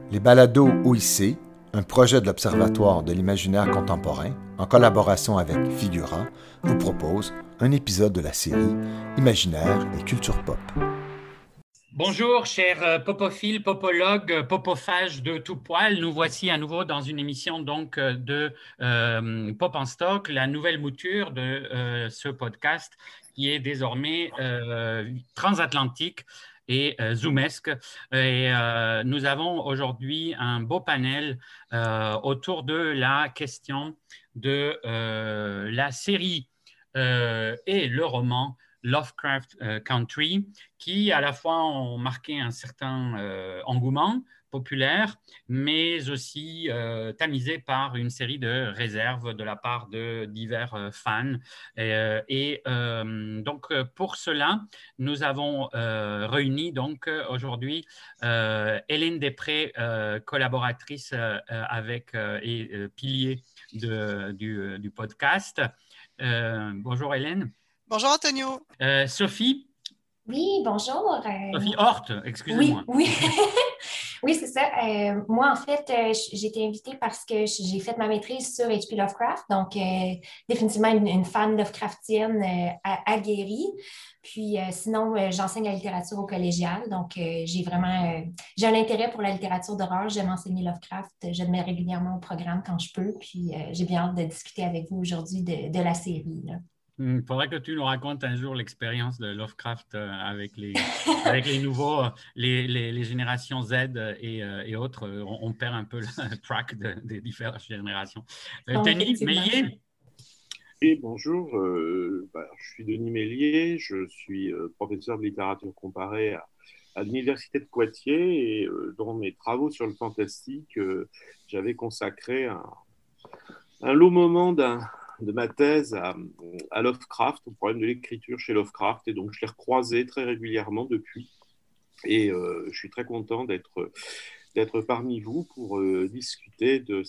Les balados OIC, un projet de l'Observatoire de l'imaginaire contemporain, en collaboration avec Figura, vous propose un épisode de la série Imaginaire et culture pop. Bonjour, chers popophiles, popologues, popophages de tout poil. Nous voici à nouveau dans une émission donc de Pop en Stock, la nouvelle mouture de ce podcast qui est désormais transatlantique et zoomesque. Et nous avons aujourd'hui un beau panel autour de la question de la série et le roman Lovecraft Country, qui à la fois ont marqué un certain engouement populaire, mais aussi tamisé par une série de réserves de la part de divers fans. Donc, pour cela, nous avons réuni donc aujourd'hui Hélène Després, collaboratrice avec et pilier du podcast. Bonjour Hélène. Bonjour Antonio. Sophie. Oui, bonjour. Sophie Horth, excusez-moi. Oui. Oui, c'est ça. Moi, en fait, j'ai été invitée parce que j'ai fait ma maîtrise sur H.P. Lovecraft, donc définitivement une fan Lovecraftienne aguerrie. Puis sinon, j'enseigne la littérature au collégial, donc j'ai un intérêt pour la littérature d'horreur. J'aime enseigner Lovecraft, je le mets régulièrement au programme quand je peux, puis j'ai bien hâte de discuter avec vous aujourd'hui de la série, là. Il faudrait que tu nous racontes un jour l'expérience de Lovecraft avec les nouveaux, les générations Z et autres. On perd un peu le track des différentes générations. Denis Mélier. Et bonjour, je suis Denis Mélier, je suis professeur de littérature comparée à l'Université de Poitiers et dans mes travaux sur le fantastique, j'avais consacré un long moment de ma thèse à Lovecraft, au problème de l'écriture chez Lovecraft, et donc je l'ai recroisé très régulièrement depuis, et je suis très content d'être parmi vous pour discuter de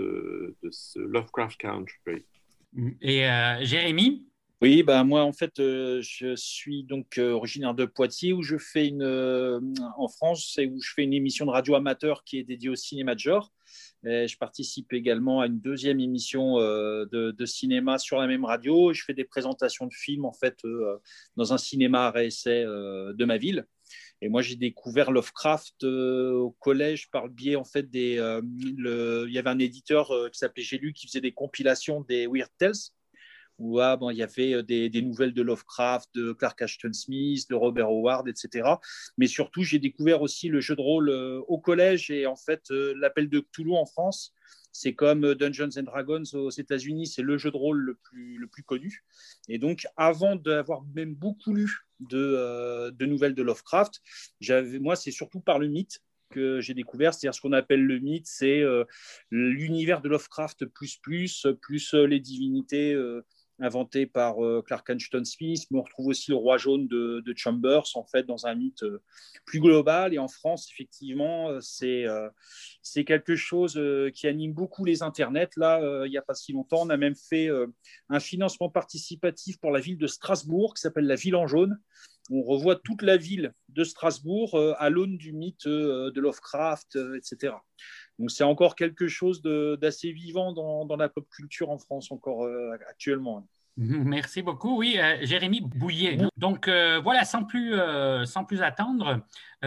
ce Lovecraft Country. Et Jérémy? Oui, moi en fait, je suis donc originaire de Poitiers où je fais en France, c'est où je fais une émission de radio amateur qui est dédiée au cinéma de genre. Et je participe également à une deuxième émission de cinéma sur la même radio. Je fais des présentations de films en fait dans un cinéma arrêt essai de ma ville. Et moi, j'ai découvert Lovecraft au collège par le biais en fait il y avait un éditeur qui s'appelait J'ai lu qui faisait des compilations des Weird Tales, où il y avait des nouvelles de Lovecraft, de Clark Ashton Smith, de Robert Howard, etc. Mais surtout, j'ai découvert aussi le jeu de rôle au collège et en fait, l'appel de Cthulhu en France, c'est comme Dungeons and Dragons aux États-Unis, c'est le jeu de rôle le plus connu. Et donc, avant d'avoir même beaucoup lu de nouvelles de Lovecraft, moi, c'est surtout par le mythe que j'ai découvert, c'est-à-dire ce qu'on appelle le mythe, c'est l'univers de Lovecraft plus les divinités inventé par Clark Ashton Smith, mais on retrouve aussi le roi jaune de Chambers, en fait, dans un mythe plus global. Et en France, effectivement, c'est quelque chose qui anime beaucoup les internets. Là, il n'y a pas si longtemps, on a même fait un financement participatif pour la ville de Strasbourg, qui s'appelle la Ville en jaune. On revoit toute la ville de Strasbourg à l'aune du mythe de Lovecraft, etc. Donc, c'est encore quelque chose d'assez vivant dans la pop culture en France encore actuellement. Merci beaucoup. Oui, Jérémy Bouillet. Donc, voilà, sans plus attendre,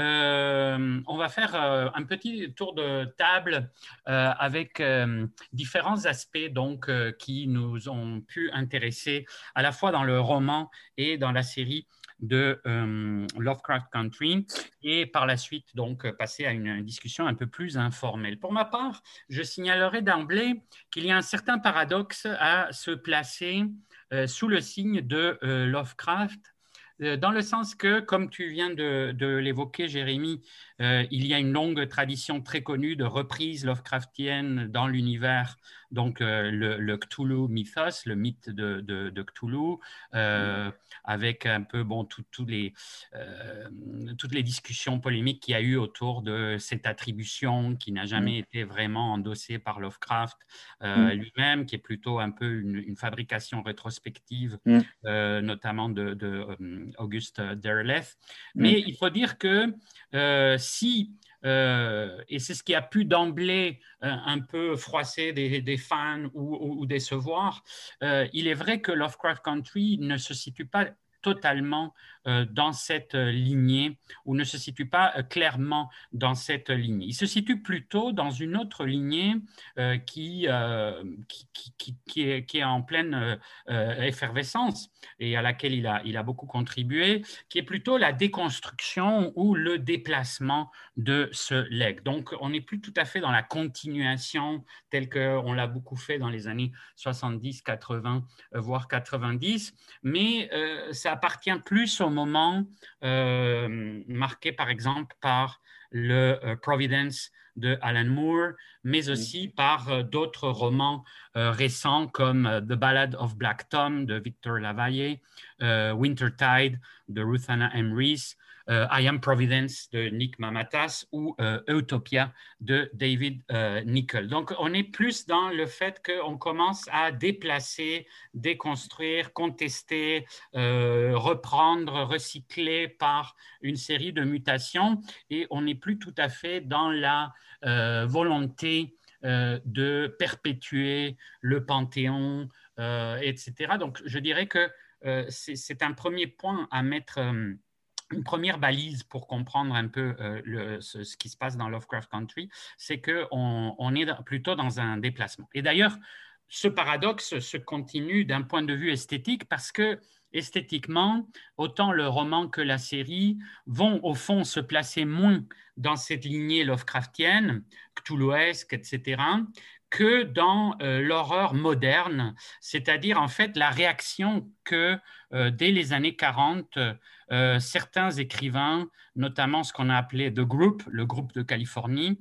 on va faire un petit tour de table avec différents aspects donc, qui nous ont pu intéresser à la fois dans le roman et dans la série de Lovecraft Country et par la suite donc passer à une discussion un peu plus informelle. Pour ma part, je signalerai d'emblée qu'il y a un certain paradoxe à se placer sous le signe de Lovecraft, dans le sens que, comme tu viens de l'évoquer, Jérémy, il y a une longue tradition très connue de reprise Lovecraftienne dans l'univers, donc le Cthulhu mythos, le mythe de Cthulhu, avec un peu toutes les discussions polémiques qu'il y a eu autour de cette attribution qui n'a jamais été vraiment endossée par Lovecraft lui-même, qui est plutôt un peu une fabrication rétrospective, notamment de August Derleth. Mais il faut dire que si et c'est ce qui a pu d'emblée un peu froisser des fans ou décevoir. Il est vrai que Lovecraft Country ne se situe pas totalement dans cette lignée ou ne se situe pas clairement dans cette lignée. Il se situe plutôt dans une autre lignée qui est en pleine effervescence et à laquelle il a beaucoup contribué, qui est plutôt la déconstruction ou le déplacement de ce legs. Donc, on n'est plus tout à fait dans la continuation telle qu'on l'a beaucoup fait dans les années 70, 80, voire 90, mais ça appartient plus au moment marqué, par exemple, par le Providence de Alan Moore, mais aussi par d'autres romans récents comme The Ballad of Black Tom de Victor Lavalle, Wintertide de Ruth Anna M. Rees, I Am Providence de Nick Mamatas ou Utopia de David Nichol. Donc, on est plus dans le fait qu'on commence à déplacer, déconstruire, contester, reprendre, recycler par une série de mutations et on n'est plus tout à fait dans la volonté de perpétuer le panthéon, etc. Donc, je dirais que c'est un premier point à mettre une première balise pour comprendre un peu ce qui se passe dans Lovecraft Country, c'est qu'on est plutôt dans un déplacement. Et d'ailleurs, ce paradoxe se continue d'un point de vue esthétique parce que esthétiquement, autant le roman que la série vont au fond se placer moins dans cette lignée Lovecraftienne, cthulhuesque, etc., que dans l'horreur moderne, c'est-à-dire en fait la réaction que dès les années 40, certains écrivains, notamment ce qu'on a appelé The Group, le groupe de Californie,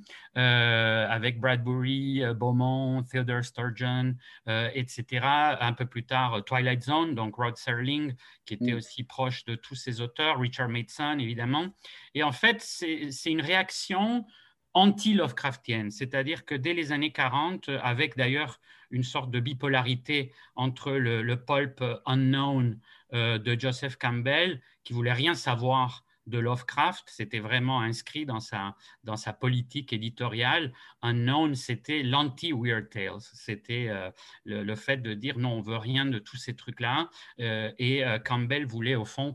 avec Bradbury, Beaumont, Theodore Sturgeon, etc. Un peu plus tard, Twilight Zone, donc Rod Serling, qui était aussi proche de tous ces auteurs, Richard Matheson, évidemment. Et en fait, c'est une réaction anti-Lovecraftienne, c'est-à-dire que dès les années 40, avec d'ailleurs une sorte de bipolarité entre le pulp unknown de Joseph Campbell, qui voulait rien savoir de Lovecraft, c'était vraiment inscrit dans sa politique éditoriale. Unknown, c'était l'anti-Weird Tales, c'était le fait de dire non, on veut rien de tous ces trucs-là, et Campbell voulait au fond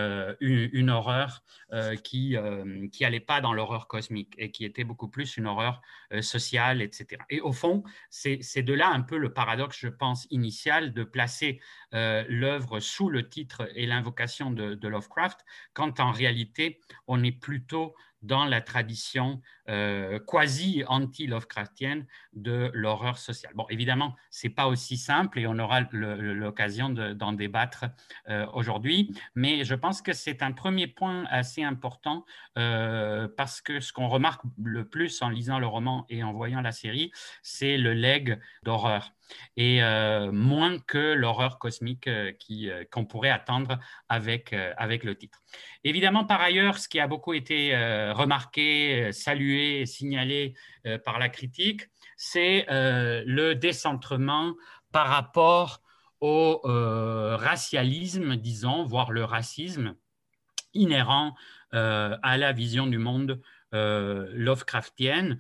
une horreur qui n'allait pas dans l'horreur cosmique et qui était beaucoup plus une horreur sociale, etc. Et au fond, c'est de là un peu le paradoxe, je pense, initial de placer l'œuvre sous le titre et l'invocation de Lovecraft, quand en réalité, on est plutôt dans la tradition quasi anti-Lovecraftienne de l'horreur sociale. Bon, évidemment, ce n'est pas aussi simple et on aura l'occasion d'en débattre aujourd'hui, mais je pense que c'est un premier point assez important parce que ce qu'on remarque le plus en lisant le roman et en voyant la série, c'est le legs d'horreur et moins que l'horreur cosmique qu'on pourrait attendre avec le titre. Évidemment, par ailleurs, ce qui a beaucoup été remarqué, salué, signalé par la critique, c'est le décentrement par rapport au racialisme, disons, voire le racisme inhérent à la vision du monde Lovecraftienne.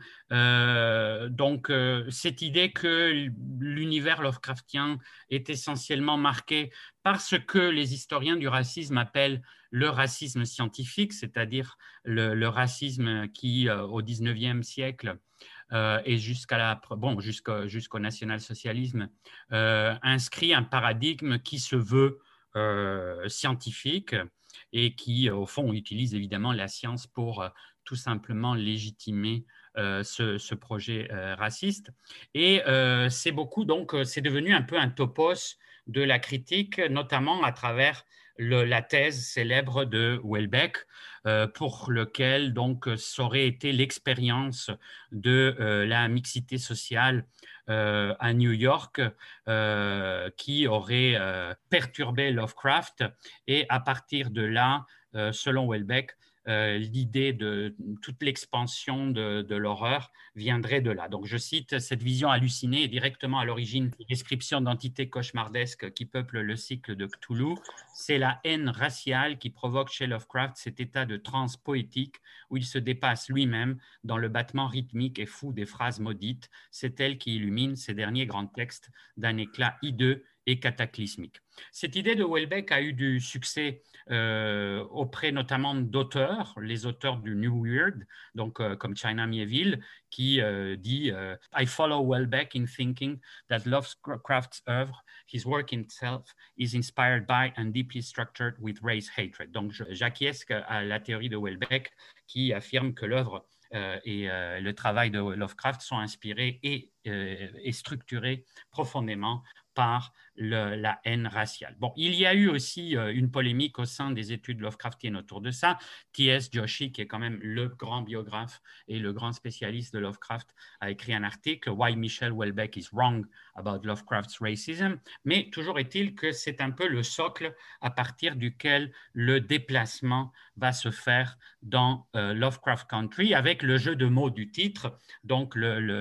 Donc, cette idée que l'univers Lovecraftien est essentiellement marqué par ce que les historiens du racisme appellent le racisme scientifique, c'est-à-dire le racisme qui, au 19e siècle, et jusqu'au national-socialisme, inscrit un paradigme qui se veut scientifique et qui, au fond, utilise évidemment la science pour tout simplement légitimer ce projet raciste. Et c'est devenu un peu un topos de la critique, notamment à travers la thèse célèbre de Houellebecq, pour lequel donc ça aurait été l'expérience de la mixité sociale à New York qui aurait perturbé Lovecraft et à partir de là, selon Houellebecq, l'idée de toute l'expansion de l'horreur viendrait de là. Donc, je cite, cette vision hallucinée est directement à l'origine des descriptions d'entités cauchemardesques qui peuplent le cycle de Cthulhu. C'est la haine raciale qui provoque chez Lovecraft cet état de transe poétique où il se dépasse lui-même dans le battement rythmique et fou des phrases maudites. C'est elle qui illumine ces derniers grands textes d'un éclat hideux et cataclysmique. Cette idée de Houellebecq a eu du succès auprès notamment d'auteurs, les auteurs du New Weird, donc comme China Miéville, qui dit I follow Houellebecq in thinking that Lovecraft's œuvre, his work itself, is inspired by and deeply structured with race hatred. Donc j'acquiesce à la théorie de Houellebecq qui affirme que l'œuvre et le travail de Lovecraft sont inspirés et structurés profondément par la haine raciale. Bon, il y a eu aussi une polémique au sein des études Lovecraftiennes autour de ça. T.S. Joshi, qui est quand même le grand biographe et le grand spécialiste de Lovecraft, a écrit un article, Why Michel Houellebecq is wrong about Lovecraft's racism. Mais toujours est-il que c'est un peu le socle à partir duquel le déplacement va se faire dans Lovecraft Country, avec le jeu de mots du titre. Donc,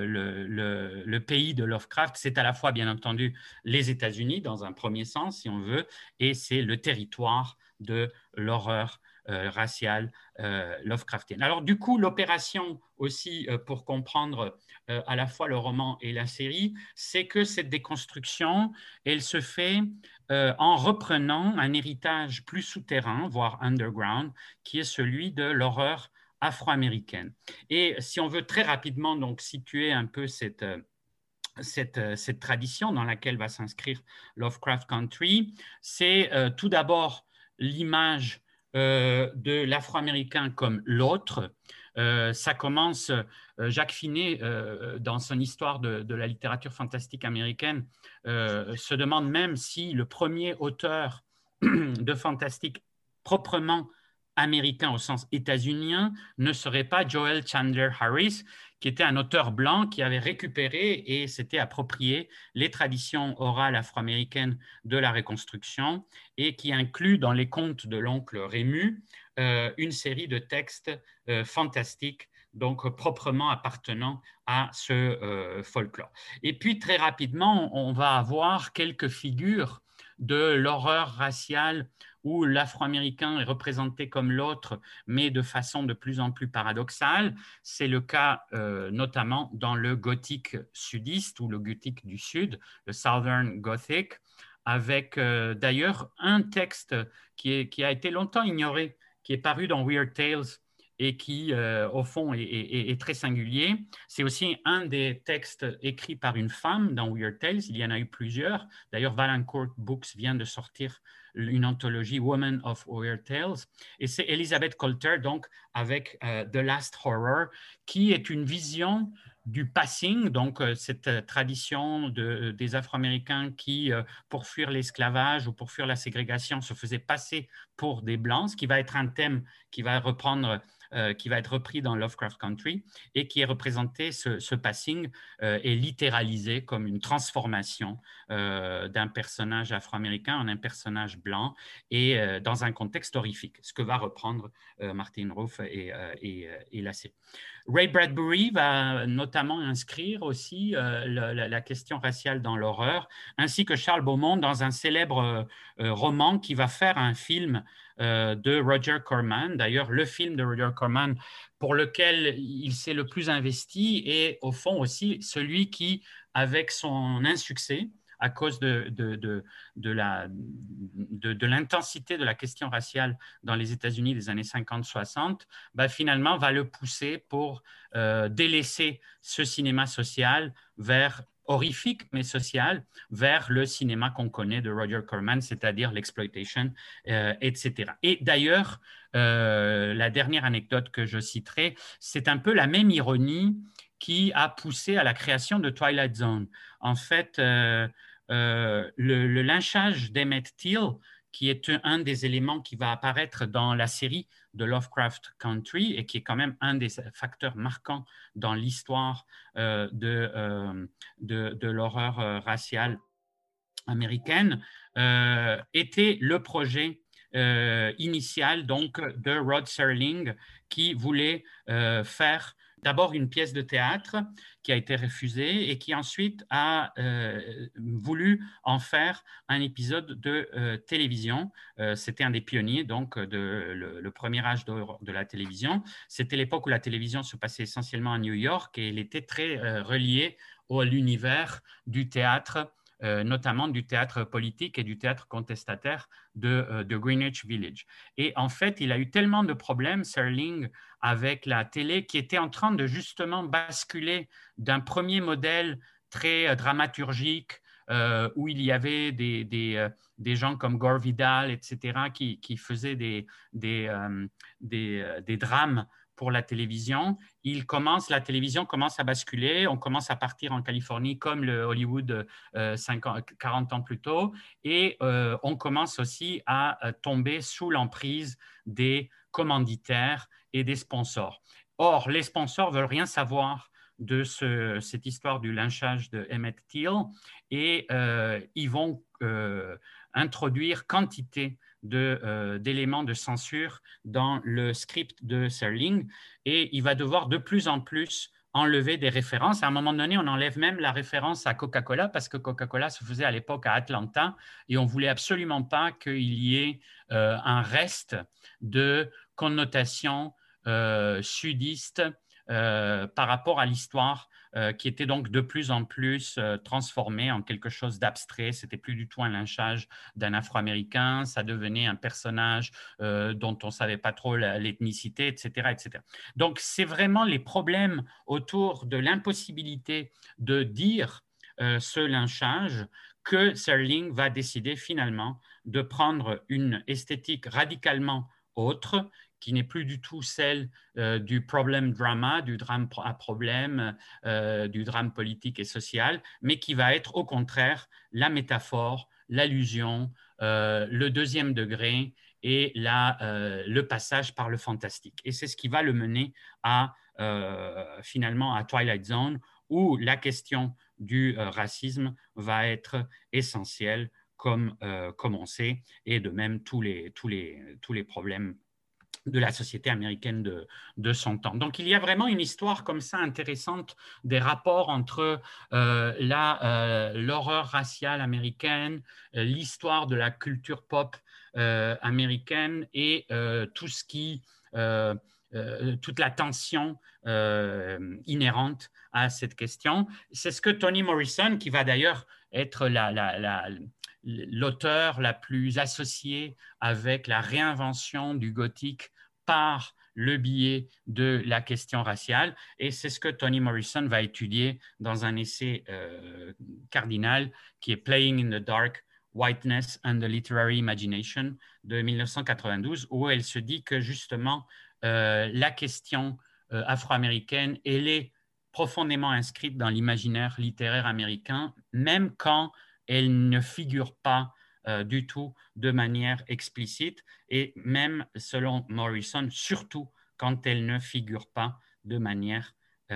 le pays de Lovecraft, c'est à la fois, bien entendu, les États-Unis, dans un premier sens, si on veut, et c'est le territoire de l'horreur raciale Lovecraftienne. Alors, du coup, l'opération aussi, pour comprendre à la fois le roman et la série, c'est que cette déconstruction, elle se fait en reprenant un héritage plus souterrain, voire underground, qui est celui de l'horreur afro-américaine. Et si on veut très rapidement donc situer un peu cette tradition dans laquelle va s'inscrire Lovecraft Country, c'est tout d'abord l'image de l'Afro-Américain comme l'autre. Ça commence, Jacques Finet, dans son histoire de la littérature fantastique américaine, se demande même si le premier auteur de fantastique proprement américain au sens états-unien ne serait pas Joel Chandler Harris, qui était un auteur blanc qui avait récupéré et s'était approprié les traditions orales afro-américaines de la Reconstruction et qui inclut dans les contes de l'oncle Rému une série de textes fantastiques, donc proprement appartenant à ce folklore. Et puis très rapidement, on va avoir quelques figures de l'horreur raciale où l'Afro-Américain est représenté comme l'autre, mais de façon de plus en plus paradoxale. C'est le cas notamment dans le gothique sudiste ou le gothique du sud, le Southern Gothic, avec d'ailleurs un texte qui a été longtemps ignoré, qui est paru dans Weird Tales et qui, au fond, est très singulier. C'est aussi un des textes écrits par une femme dans Weird Tales. Il y en a eu plusieurs. D'ailleurs, Valancourt Books vient de sortir une anthologie Women of Weird Tales. Et c'est Elizabeth Coulter, donc, avec The Last Horror, qui est une vision du passing, donc cette tradition des Afro-Américains qui, pour fuir l'esclavage ou pour fuir la ségrégation, se faisaient passer pour des Blancs, ce qui va être un thème qui va qui va être repris dans Lovecraft Country et qui est représenté, ce passing est littéralisé comme une transformation d'un personnage afro-américain en un personnage blanc et dans un contexte horrifique, ce que va reprendre Martin Ruff et la série. Ray Bradbury va notamment inscrire aussi la question raciale dans l'horreur, ainsi que Charles Beaumont dans un célèbre roman qui va faire un film de Roger Corman. D'ailleurs, le film de Roger Corman pour lequel il s'est le plus investi et au fond aussi celui qui, avec son insuccès, à cause de l'intensité de la question raciale dans les États-Unis des années 50-60, finalement va le pousser pour délaisser ce cinéma social vers horrifique mais social, vers le cinéma qu'on connaît de Roger Corman, c'est-à-dire l'exploitation, etc. Et d'ailleurs, la dernière anecdote que je citerai, c'est un peu la même ironie qui a poussé à la création de Twilight Zone. En fait, le lynchage d'Emmett Till, qui est un des éléments qui va apparaître dans la série de Lovecraft Country et qui est quand même un des facteurs marquants dans l'histoire de l'horreur raciale américaine, était le projet initiale donc, de Rod Serling, qui voulait faire d'abord une pièce de théâtre qui a été refusée et qui ensuite a voulu en faire un épisode de télévision. C'était un des pionniers donc le premier âge d'or de la télévision. C'était l'époque où la télévision se passait essentiellement à New York et elle était très reliée à l'univers du théâtre, notamment du théâtre politique et du théâtre contestataire de Greenwich Village. Et en fait, il a eu tellement de problèmes, Serling, avec la télé, qui était en train de justement basculer d'un premier modèle très dramaturgique, où il y avait des gens comme Gore Vidal, etc., qui faisaient des drames pour la télévision. La télévision commence à basculer, on commence à partir en Californie comme le Hollywood 40 ans plus tôt, et on commence aussi à tomber sous l'emprise des commanditaires et des sponsors. Or, les sponsors ne veulent rien savoir de cette histoire du lynchage de Emmett Till et ils vont introduire quantité d'éléments de censure dans le script de Serling et il va devoir de plus en plus enlever des références. À un moment donné, on enlève même la référence à Coca-Cola parce que Coca-Cola se faisait à l'époque à Atlanta et on ne voulait absolument pas qu'il y ait un reste de connotation sudiste par rapport à l'histoire qui était donc de plus en plus transformée en quelque chose d'abstrait. C'était plus du tout un lynchage d'un Afro-Américain, ça devenait un personnage dont on ne savait pas trop l'ethnicité, etc., etc. Donc, c'est vraiment les problèmes autour de l'impossibilité de dire ce lynchage que Serling va décider finalement de prendre une esthétique radicalement autre, qui n'est plus du tout celle du problem drama, du drame à problème, du drame politique et social, mais qui va être au contraire la métaphore, l'allusion, le deuxième degré et le passage par le fantastique. Et c'est ce qui va le mener finalement à Twilight Zone, où la question du racisme va être essentielle, comme on sait, et de même tous les problèmes de la société américaine de son temps. Donc, il y a vraiment une histoire comme ça intéressante des rapports entre l'horreur raciale américaine, l'histoire de la culture pop américaine et tout ce qui... toute la tension inhérente à cette question. C'est ce que Toni Morrison, qui va d'ailleurs être l'auteur la plus associée avec la réinvention du gothique par le biais de la question raciale. Et c'est ce que Toni Morrison va étudier dans un essai cardinal qui est Playing in the Dark, Whiteness and the Literary Imagination de 1992, où elle se dit que justement la question afro-américaine, elle est profondément inscrite dans l'imaginaire littéraire américain, même quand elle ne figure pas du tout de manière explicite, et même selon Morrison, surtout quand elle ne figure pas de manière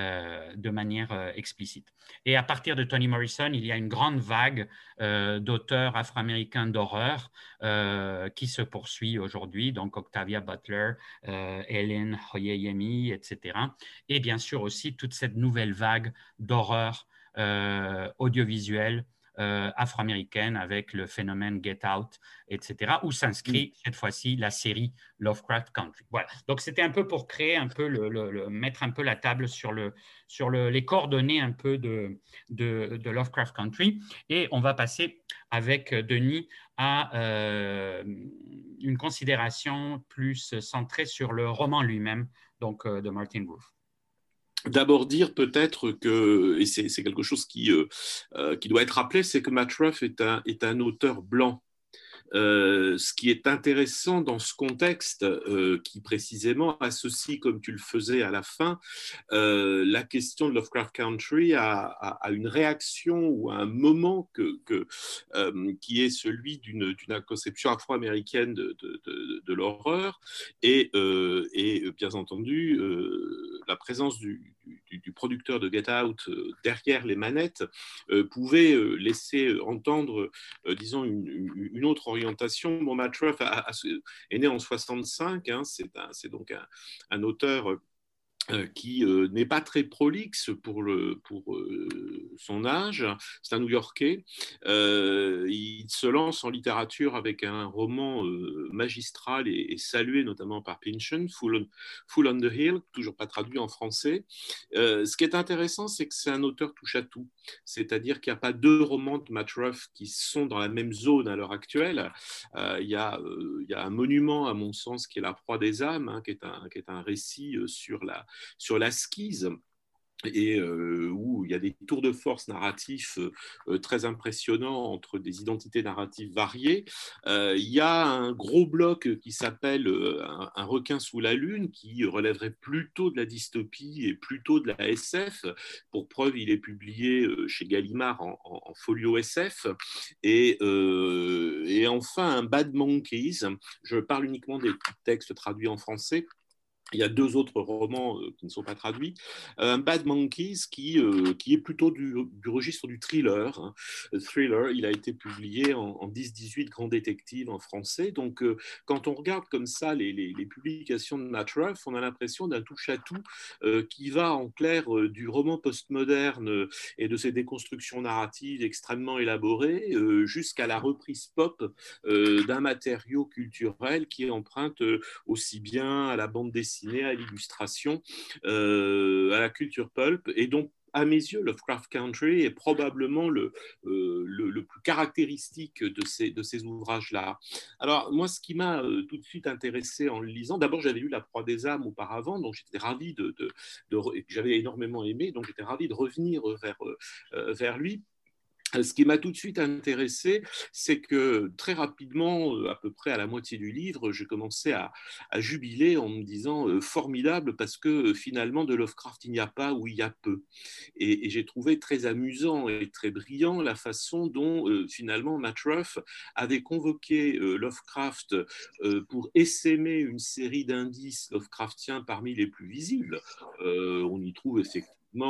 explicite. Et à partir de Toni Morrison, il y a une grande vague d'auteurs afro-américains d'horreur qui se poursuit aujourd'hui, donc Octavia Butler, Helen Oyeyemi, etc. Et bien sûr aussi toute cette nouvelle vague d'horreur audiovisuelle afro-américaine avec le phénomène Get Out, etc., où s'inscrit cette fois-ci la série Lovecraft Country. Voilà. Donc, c'était un peu pour créer un peu mettre un peu la table sur les coordonnées un peu de Lovecraft Country. Et on va passer avec Denis à une considération plus centrée sur le roman lui-même, donc de Martin Ruff. D'abord dire peut-être que, et c'est quelque chose qui doit être rappelé, c'est que Matt Ruff est un auteur blanc. Ce qui est intéressant dans ce contexte qui précisément associe, comme tu le faisais à la fin, la question de Lovecraft Country à une réaction ou à un moment qui est celui d'une conception afro-américaine de l'horreur et bien entendu la présence du du producteur de Get Out derrière les manettes pouvait laisser entendre, disons, une autre orientation. Bon, Matt Ruff est né en 65, hein, c'est donc un auteur qui n'est pas très prolixe pour son âge. C'est un New-Yorkais. Il se lance en littérature avec un roman magistral et salué notamment par Pynchon, Full on the Hill, toujours pas traduit en français. Ce qui est intéressant, c'est que c'est un auteur touche à tout. C'est-à-dire qu'il n'y a pas deux romans de Matt Ruff qui sont dans la même zone à l'heure actuelle. Il y a un monument, à mon sens, qui est La Proie des âmes, hein, qui est un récit sur la skise, et où il y a des tours de force narratifs très impressionnants entre des identités narratives variées. Il y a un gros bloc qui s'appelle un requin sous la lune, qui relèverait plutôt de la dystopie et plutôt de la SF. Pour preuve, il est publié chez Gallimard en folio SF. Et enfin, un Bad Monkeys. Je parle uniquement des textes traduits en français. Il y a deux autres romans qui ne sont pas traduits. Bad Monkeys, qui est plutôt du registre du thriller. Hein. Thriller, il a été publié en 10-18 Grand Détective en français. Donc, quand on regarde comme ça les publications de Matt Ruff, on a l'impression d'un touche-à-tout qui va en clair du roman postmoderne et de ses déconstructions narratives extrêmement élaborées jusqu'à la reprise pop d'un matériau culturel qui emprunte aussi bien à la bande dessinée, à l'illustration, à la culture pulp, et donc à mes yeux, Lovecraft Country est probablement le plus caractéristique de ces ouvrages-là. Alors, moi, ce qui m'a tout de suite intéressé en le lisant, d'abord, j'avais lu La Proie des âmes auparavant, donc j'étais ravi j'avais énormément aimé, donc j'étais ravi de revenir vers lui. Ce qui m'a tout de suite intéressé, c'est que très rapidement, à peu près à la moitié du livre, j'ai commencé à jubiler en me disant formidable, parce que finalement de Lovecraft il n'y a pas ou il y a peu. Et j'ai trouvé très amusant et très brillant la façon dont finalement Matt Ruff avait convoqué Lovecraft pour essaimer une série d'indices Lovecraftiens parmi les plus visibles. On y trouve effectivement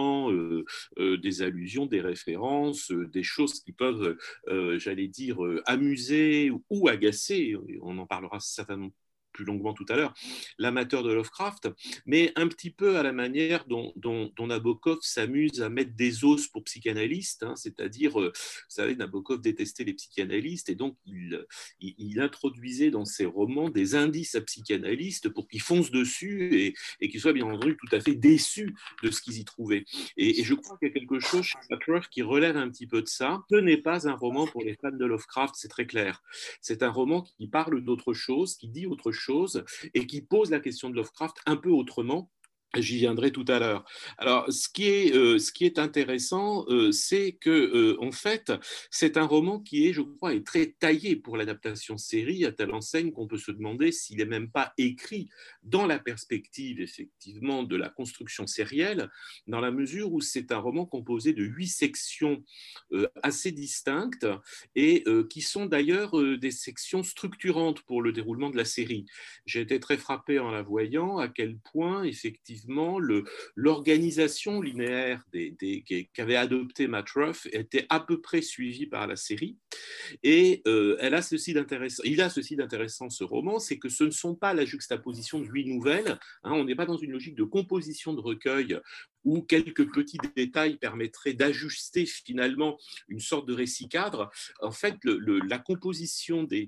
des allusions, des références, des choses qui peuvent, j'allais dire, amuser ou agacer. On en parlera certainement plus longuement tout à l'heure, l'amateur de Lovecraft, mais un petit peu à la manière dont Nabokov s'amuse à mettre des os pour psychanalystes, hein, c'est-à-dire, vous savez, Nabokov détestait les psychanalystes, et donc il introduisait dans ses romans des indices à psychanalystes pour qu'ils foncent dessus et qu'ils soient bien entendu tout à fait déçus de ce qu'ils y trouvaient. Et je crois qu'il y a quelque chose chez Matt Ruff qui relève un petit peu de ça. Ce n'est pas un roman pour les fans de Lovecraft, c'est très clair. C'est un roman qui parle d'autre chose, qui dit autre chose, et qui pose la question de Lovecraft un peu autrement. J'y viendrai tout à l'heure. Alors, ce qui est intéressant, c'est que, en fait, c'est un roman qui je crois, est très taillé pour l'adaptation série, à telle enseigne qu'on peut se demander s'il n'est même pas écrit dans la perspective, effectivement, de la construction sérielle, dans la mesure où c'est un roman composé de 8 sections assez distinctes et qui sont d'ailleurs des sections structurantes pour le déroulement de la série. J'ai été très frappé en la voyant à quel point, effectivement, l'organisation linéaire qu'avait adopté Matt Ruff était à peu près suivie par la série. Et il a ceci d'intéressant, ce roman, c'est que ce ne sont pas la juxtaposition de 8 nouvelles, hein, on n'est pas dans une logique de composition de recueil où quelques petits détails permettraient d'ajuster finalement une sorte de récit cadre. En fait, la composition des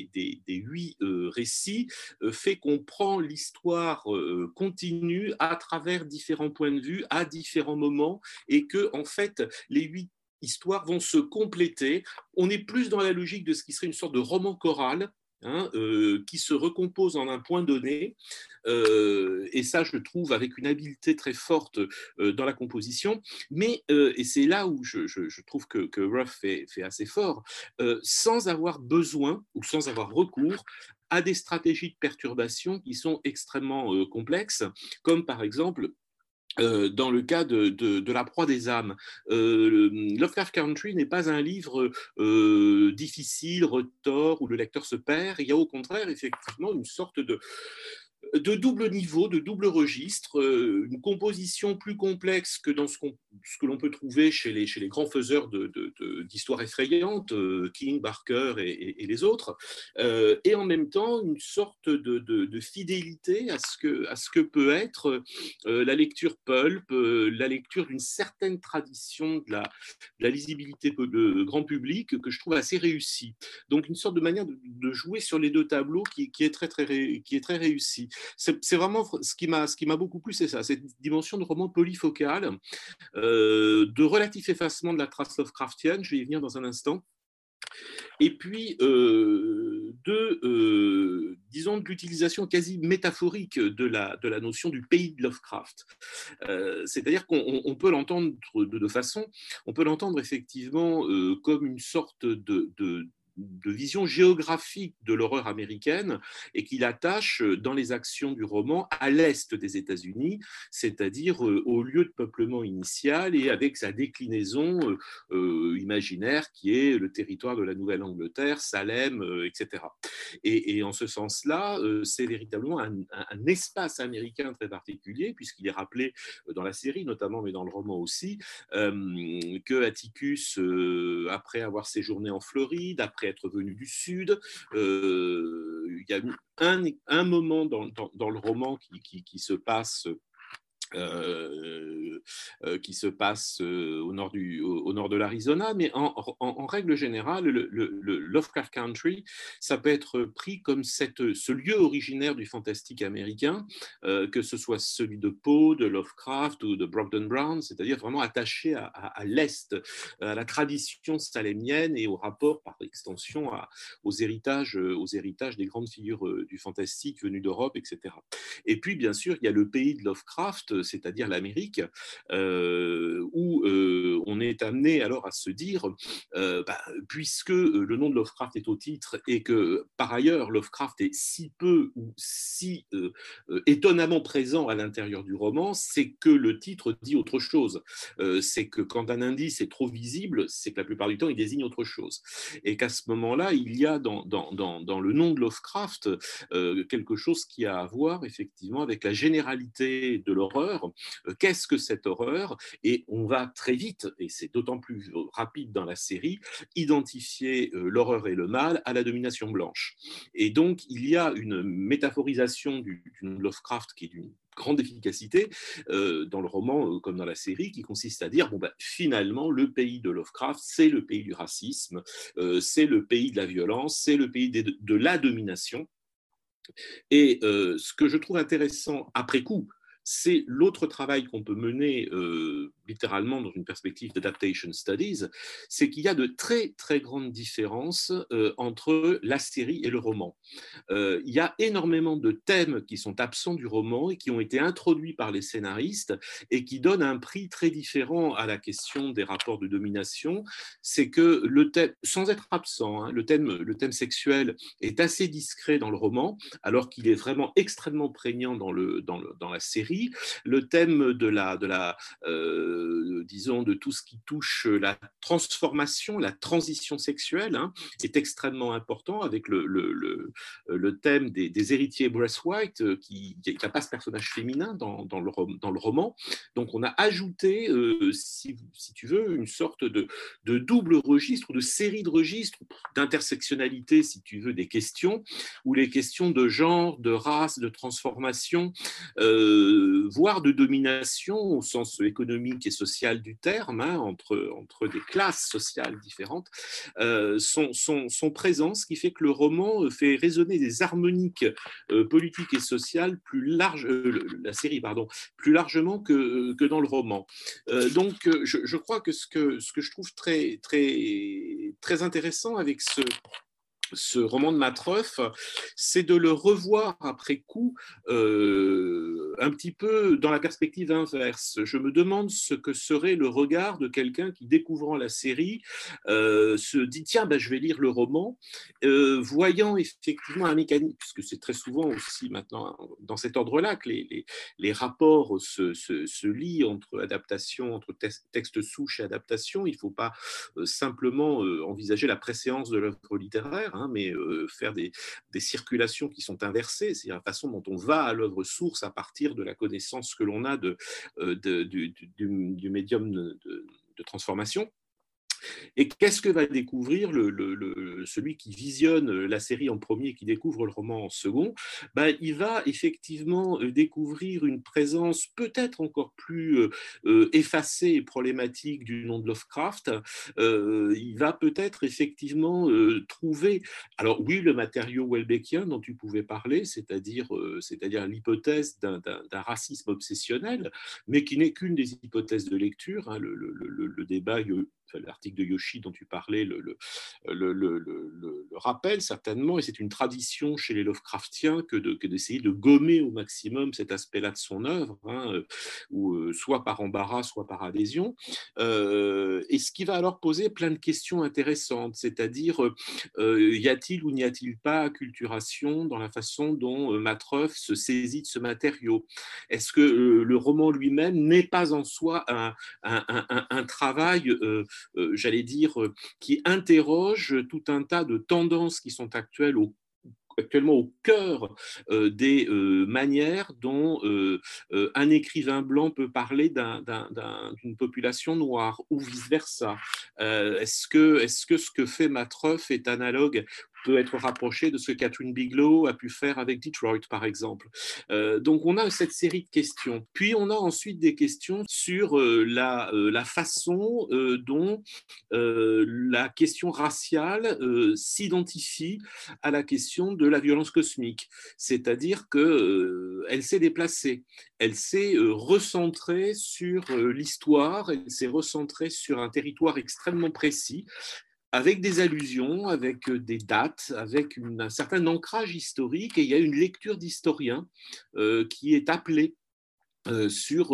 8 récits fait qu'on prend l'histoire continue à travers différents points de vue, à différents moments, et que, en fait, les 8 histoires vont se compléter. On est plus dans la logique de ce qui serait une sorte de roman choral, hein, qui se recompose en un point donné, et ça je trouve avec une habileté très forte dans la composition, mais et c'est là où je trouve que Ruff fait assez fort, sans avoir besoin ou sans avoir recours à des stratégies de perturbation qui sont extrêmement complexes, comme par exemple dans le cas de La Proie des âmes. Lovecraft Country n'est pas un livre difficile, retors, où le lecteur se perd. Il y a au contraire effectivement une sorte de double niveau, de double registre, une composition plus complexe que dans ce que l'on peut trouver chez les grands faiseurs d'histoires effrayantes, King, Barker et les autres, et en même temps une sorte de fidélité à ce que peut être la lecture pulp, la lecture d'une certaine tradition de la lisibilité de grand public que je trouve assez réussie. Donc une sorte de manière de jouer sur les deux tableaux qui est très réussie. C'est vraiment ce qui m'a beaucoup plu, c'est ça, cette dimension de roman polyfocal, de relatif effacement de la trace Lovecraftienne, je vais y venir dans un instant, et puis disons, de l'utilisation quasi métaphorique de la notion du pays de Lovecraft. C'est-à-dire qu'on peut l'entendre de deux façons. On peut l'entendre effectivement comme une sorte de vision géographique de l'horreur américaine et qu'il attache dans les actions du roman à l'est des États-Unis, c'est-à-dire au lieu de peuplement initial et avec sa déclinaison imaginaire qui est le territoire de la Nouvelle-Angleterre, Salem, etc. Et en ce sens-là, c'est véritablement un espace américain très particulier puisqu'il est rappelé dans la série notamment, mais dans le roman aussi, que Atticus, après avoir séjourné en Floride, après être venu du Sud, il y a un moment dans le roman qui se passe au nord de l'Arizona, mais en règle générale, le Lovecraft Country, ça peut être pris comme ce lieu originaire du fantastique américain, que ce soit celui de Poe, de Lovecraft ou de Brockden Brown, c'est-à-dire vraiment attaché à l'Est, à la tradition salémienne et au rapport, par extension, aux héritages des grandes figures du fantastique venues d'Europe, etc. Et puis, bien sûr, il y a le pays de Lovecraft, c'est-à-dire l'Amérique, où on est amené alors à se dire, puisque le nom de Lovecraft est au titre et que par ailleurs Lovecraft est si peu ou si étonnamment présent à l'intérieur du roman, c'est que le titre dit autre chose. C'est que quand un indice est trop visible, c'est que la plupart du temps il désigne autre chose. Et qu'à ce moment-là, il y a dans le nom de Lovecraft quelque chose qui a à voir effectivement avec la généralité de l'horreur. Qu'est-ce que cette horreur? Et on va très vite, et c'est d'autant plus rapide dans la série, identifier l'horreur et le mal à la domination blanche. Et donc, il y a une métaphorisation du Lovecraft qui est d'une grande efficacité dans le roman comme dans la série, qui consiste à dire finalement le pays de Lovecraft c'est le pays du racisme, c'est le pays de la violence, c'est le pays de la domination. Et ce que je trouve intéressant après coup, c'est l'autre travail qu'on peut mener littéralement dans une perspective d'adaptation studies, c'est qu'il y a de très très grandes différences entre la série et le roman. Il y a énormément de thèmes qui sont absents du roman et qui ont été introduits par les scénaristes et qui donnent un prix très différent à la question des rapports de domination. C'est que le thème, sans être absent, le thème sexuel est assez discret dans le roman, alors qu'il est vraiment extrêmement prégnant dans la série. Le thème disons, de tout ce qui touche la transformation, la transition sexuelle est extrêmement important, avec le thème des héritiers Braithwaite qui n'a pas ce personnage féminin dans le roman. Donc on a ajouté, si tu veux, une sorte de double registre, de série de registres, d'intersectionnalité, si tu veux, des questions, où les questions de genre, de race, de transformation, voire de domination au sens économique et social du terme, entre des classes sociales différentes, sont présents, ce qui fait que le roman fait résonner des harmoniques politiques et sociales plus larges, la série, pardon, plus largement que dans le roman. Donc, je crois que ce que je trouve très, très, très intéressant avec ce roman de Matreuf, c'est de le revoir après coup un petit peu dans la perspective inverse. Je me demande ce que serait le regard de quelqu'un qui, découvrant la série, se dit tiens, je vais lire le roman, voyant effectivement un mécanisme, puisque c'est très souvent aussi maintenant dans cet ordre-là que les rapports se lient entre adaptation, entre texte souche et adaptation. Il ne faut pas simplement envisager la préséance de l'œuvre littéraire, hein, mais faire des circulations qui sont inversées, c'est-à-dire la façon dont on va à l'œuvre source à partir de la connaissance que l'on a du médium de transformation. Et qu'est-ce que va découvrir celui qui visionne la série en premier et qui découvre le roman en second? Il va effectivement découvrir une présence peut-être encore plus effacée et problématique du nom de Lovecraft. Il va peut-être effectivement trouver, alors oui, le matériau Welbeckien dont tu pouvais parler, c'est-à-dire l'hypothèse d'un racisme obsessionnel, mais qui n'est qu'une des hypothèses de lecture, hein, le débat, l'article de Yoshi dont tu parlais le rappelle certainement, et c'est une tradition chez les Lovecraftiens que d'essayer de gommer au maximum cet aspect-là de son œuvre, hein, soit par embarras, soit par adhésion, et ce qui va alors poser plein de questions intéressantes, c'est-à-dire y a-t-il ou n'y a-t-il pas acculturation dans la façon dont Matreuf se saisit de ce matériau? Est-ce que le roman lui-même n'est pas en soi un travail j'allais dire, qui interroge tout un tas de tendances qui sont actuellement au cœur des manières dont un écrivain blanc peut parler d'une population noire ou vice-versa. Est-ce que ce que fait Matreuf est analogue, peut être rapproché de ce que Catherine Bigelow a pu faire avec Detroit, par exemple. Donc, on a cette série de questions. Puis, on a ensuite des questions sur la façon dont la question raciale s'identifie à la question de la violence cosmique. C'est-à-dire qu'elle s'est déplacée. Elle s'est recentrée sur l'histoire, elle s'est recentrée sur un territoire extrêmement précis, avec des allusions, avec des dates, avec un certain ancrage historique, et il y a une lecture d'historien qui est appelée sur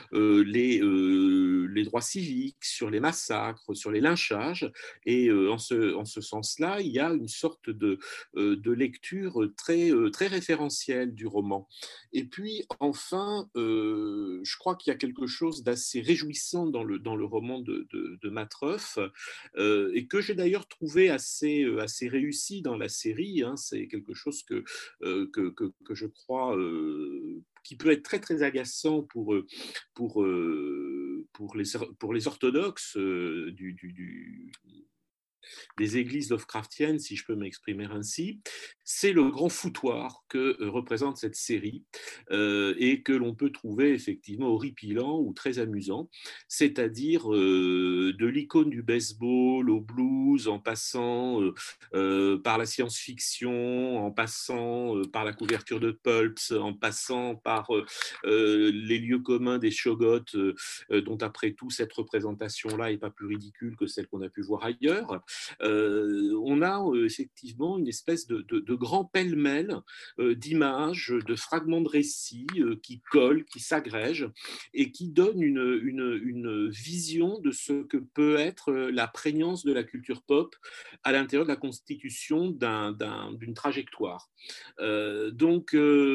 les droits civiques, sur les massacres, sur les lynchages, et en ce sens-là, il y a une sorte de lecture très référentielle du roman. Et puis, enfin, je crois qu'il y a quelque chose d'assez réjouissant dans le roman de Matreuf, et que j'ai d'ailleurs trouvé assez réussi dans la série, hein. C'est quelque chose que je crois qui peut être très très agaçant pour les orthodoxes des églises Lovecraftiennes, si je peux m'exprimer ainsi, c'est le grand foutoir que représente cette série et que l'on peut trouver effectivement horripilant ou très amusant, c'est-à-dire de l'icône du baseball au blues, en passant par la science-fiction, en passant par la couverture de pulps, en passant par les lieux communs des Shoggoths, dont après tout cette représentation-là n'est pas plus ridicule que celle qu'on a pu voir ailleurs. On a effectivement une espèce de grand pêle-mêle d'images, de fragments de récits qui collent, qui s'agrègent et qui donnent une vision de ce que peut être la prégnance de la culture pop à l'intérieur de la constitution d'une trajectoire. Donc,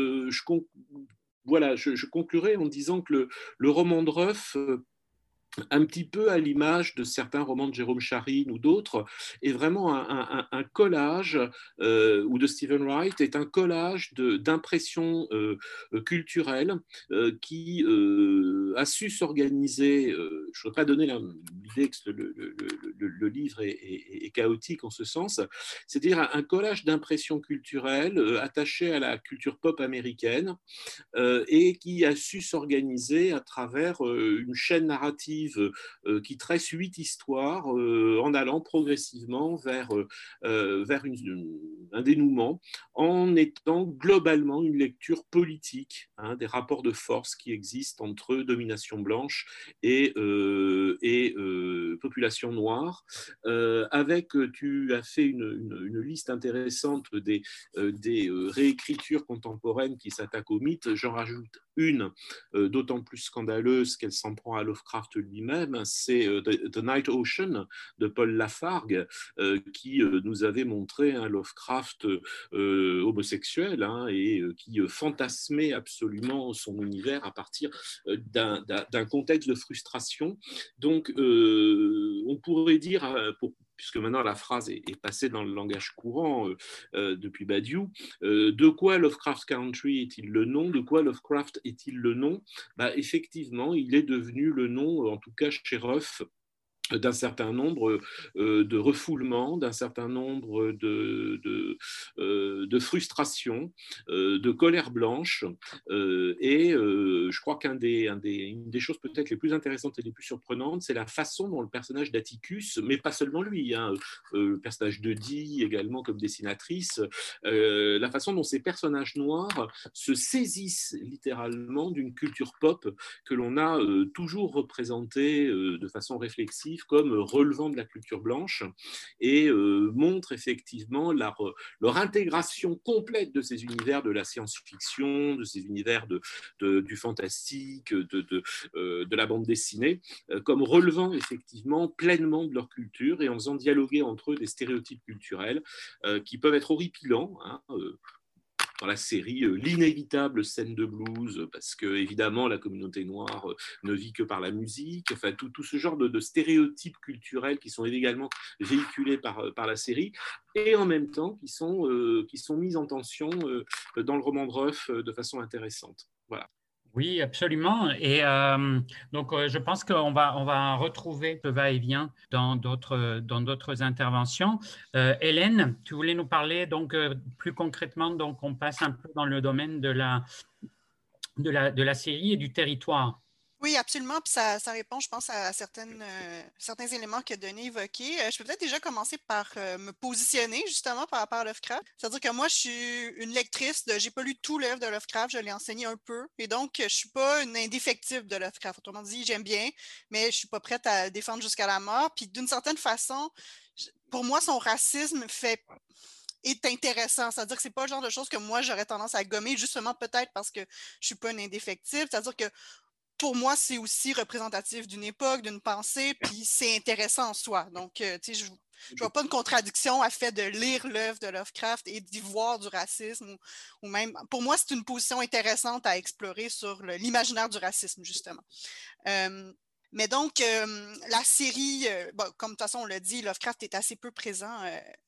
je conclurai en disant que le roman de Ruff, un petit peu à l'image de certains romans de Jérôme Charine ou d'autres, est vraiment un collage, ou de Stephen Wright, est un collage d'impressions culturelles qui a su s'organiser. Je ne voudrais pas donner l'idée que le livre est chaotique en ce sens, c'est-à-dire un collage d'impressions culturelles attachées à la culture pop américaine et qui a su s'organiser à travers une chaîne narrative qui tresse 8 histoires en allant progressivement vers un dénouement, en étant globalement une lecture politique, hein, des rapports de force qui existent entre domination blanche et population noire, avec, tu as fait une liste intéressante des réécritures contemporaines qui s'attaquent au mythe. J'en rajoute une d'autant plus scandaleuse qu'elle s'en prend à Lovecraft lui-même, c'est The Night Ocean de Paul Lafargue, qui nous avait montré un Lovecraft homosexuel, hein, et qui fantasmait absolument son univers à partir d'un contexte de frustration. Donc, on pourrait dire, puisque maintenant la phrase est passée dans le langage courant depuis Badiou, de quoi Lovecraft Country est-il le nom? De quoi Lovecraft est-il le nom? Effectivement, il est devenu le nom, en tout cas chez Ruff, d'un certain nombre de refoulements, d'un certain nombre de frustrations, de colère blanche. Et je crois une des choses peut-être les plus intéressantes et les plus surprenantes, c'est la façon dont le personnage d'Atticus, mais pas seulement lui, le personnage de Dee également comme dessinatrice, la façon dont ces personnages noirs se saisissent littéralement d'une culture pop que l'on a toujours représentée de façon réflexive comme relevant de la culture blanche et montre effectivement leur intégration complète de ces univers de la science-fiction, de ces univers du fantastique, de la bande dessinée, comme relevant effectivement pleinement de leur culture et en faisant dialoguer entre eux des stéréotypes culturels qui peuvent être horripilants, dans la série l'inévitable scène de blues, parce que évidemment la communauté noire ne vit que par la musique, enfin tout ce genre de stéréotypes culturels qui sont également véhiculés par la série, et en même temps qui sont mis en tension dans le roman de Ruff de façon intéressante. Voilà. Oui, absolument. Et donc, je pense qu'on va retrouver ce va-et-vient dans d'autres interventions. Hélène, tu voulais nous parler donc plus concrètement, donc on passe un peu dans le domaine de la série et du territoire. Oui, absolument. Puis ça répond, je pense, à certains éléments que Denis évoquait. Je peux peut-être déjà commencer par me positionner justement par rapport à Lovecraft. C'est-à-dire que moi, je suis une lectrice j'ai pas lu tout l'œuvre de Lovecraft, je l'ai enseigné un peu. Et donc, je suis pas une indéfectible de Lovecraft. Autrement dit, j'aime bien, mais je suis pas prête à le défendre jusqu'à la mort. Puis d'une certaine façon, pour moi, son racisme est intéressant. C'est-à-dire que c'est pas le genre de choses que moi, j'aurais tendance à gommer, justement peut-être parce que je suis pas une indéfectible. C'est-à-dire que pour moi, c'est aussi représentatif d'une époque, d'une pensée, puis c'est intéressant en soi. Donc, tu sais, je ne vois pas une contradiction à fait de lire l'œuvre de Lovecraft et d'y voir du racisme. Ou même, pour moi, c'est une position intéressante à explorer sur l'imaginaire du racisme, justement. Mais donc, la série, comme de toute façon, on l'a dit, Lovecraft est assez peu présent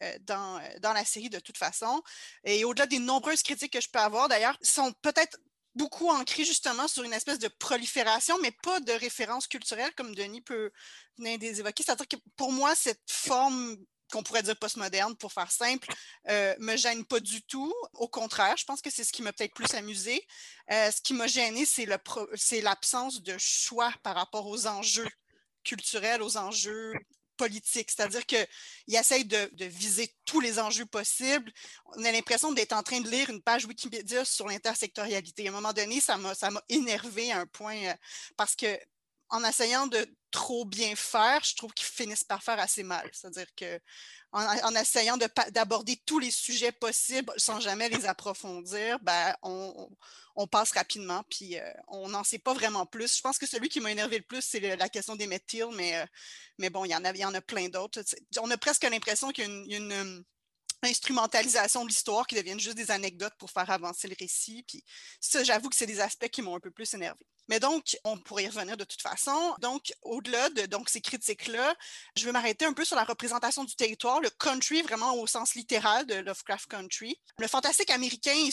dans la série de toute façon. Et au-delà des nombreuses critiques que je peux avoir, d'ailleurs, sont peut-être beaucoup ancré justement sur une espèce de prolifération, mais pas de référence culturelle, comme Denis venait d'évoquer. C'est-à-dire que pour moi, cette forme qu'on pourrait dire postmoderne, pour faire simple, me gêne pas du tout. Au contraire, je pense que c'est ce qui m'a peut-être plus amusé. Ce qui m'a gêné, c'est l'absence de choix par rapport aux enjeux culturels, aux enjeux politique, c'est-à-dire qu'il essaye de viser tous les enjeux possibles. On a l'impression d'être en train de lire une page Wikipédia sur l'intersectorialité. À un moment donné, ça m'a énervé à un point parce que en essayant de trop bien faire, je trouve qu'ils finissent par faire assez mal. C'est-à-dire qu'en essayant d'aborder tous les sujets possibles sans jamais les approfondir, on passe rapidement, puis on n'en sait pas vraiment plus. Je pense que celui qui m'a énervé le plus, c'est la question d'Emmett Till, mais bon, il y en a plein d'autres. On a presque l'impression qu'il y a une instrumentalisation de l'histoire qui deviennent juste des anecdotes pour faire avancer le récit. Puis ça, j'avoue que c'est des aspects qui m'ont un peu plus énervé. Mais donc, on pourrait y revenir de toute façon. Donc, au-delà de ces critiques-là, je vais m'arrêter un peu sur la représentation du territoire, le country vraiment au sens littéral de Lovecraft Country. Le fantastique américain il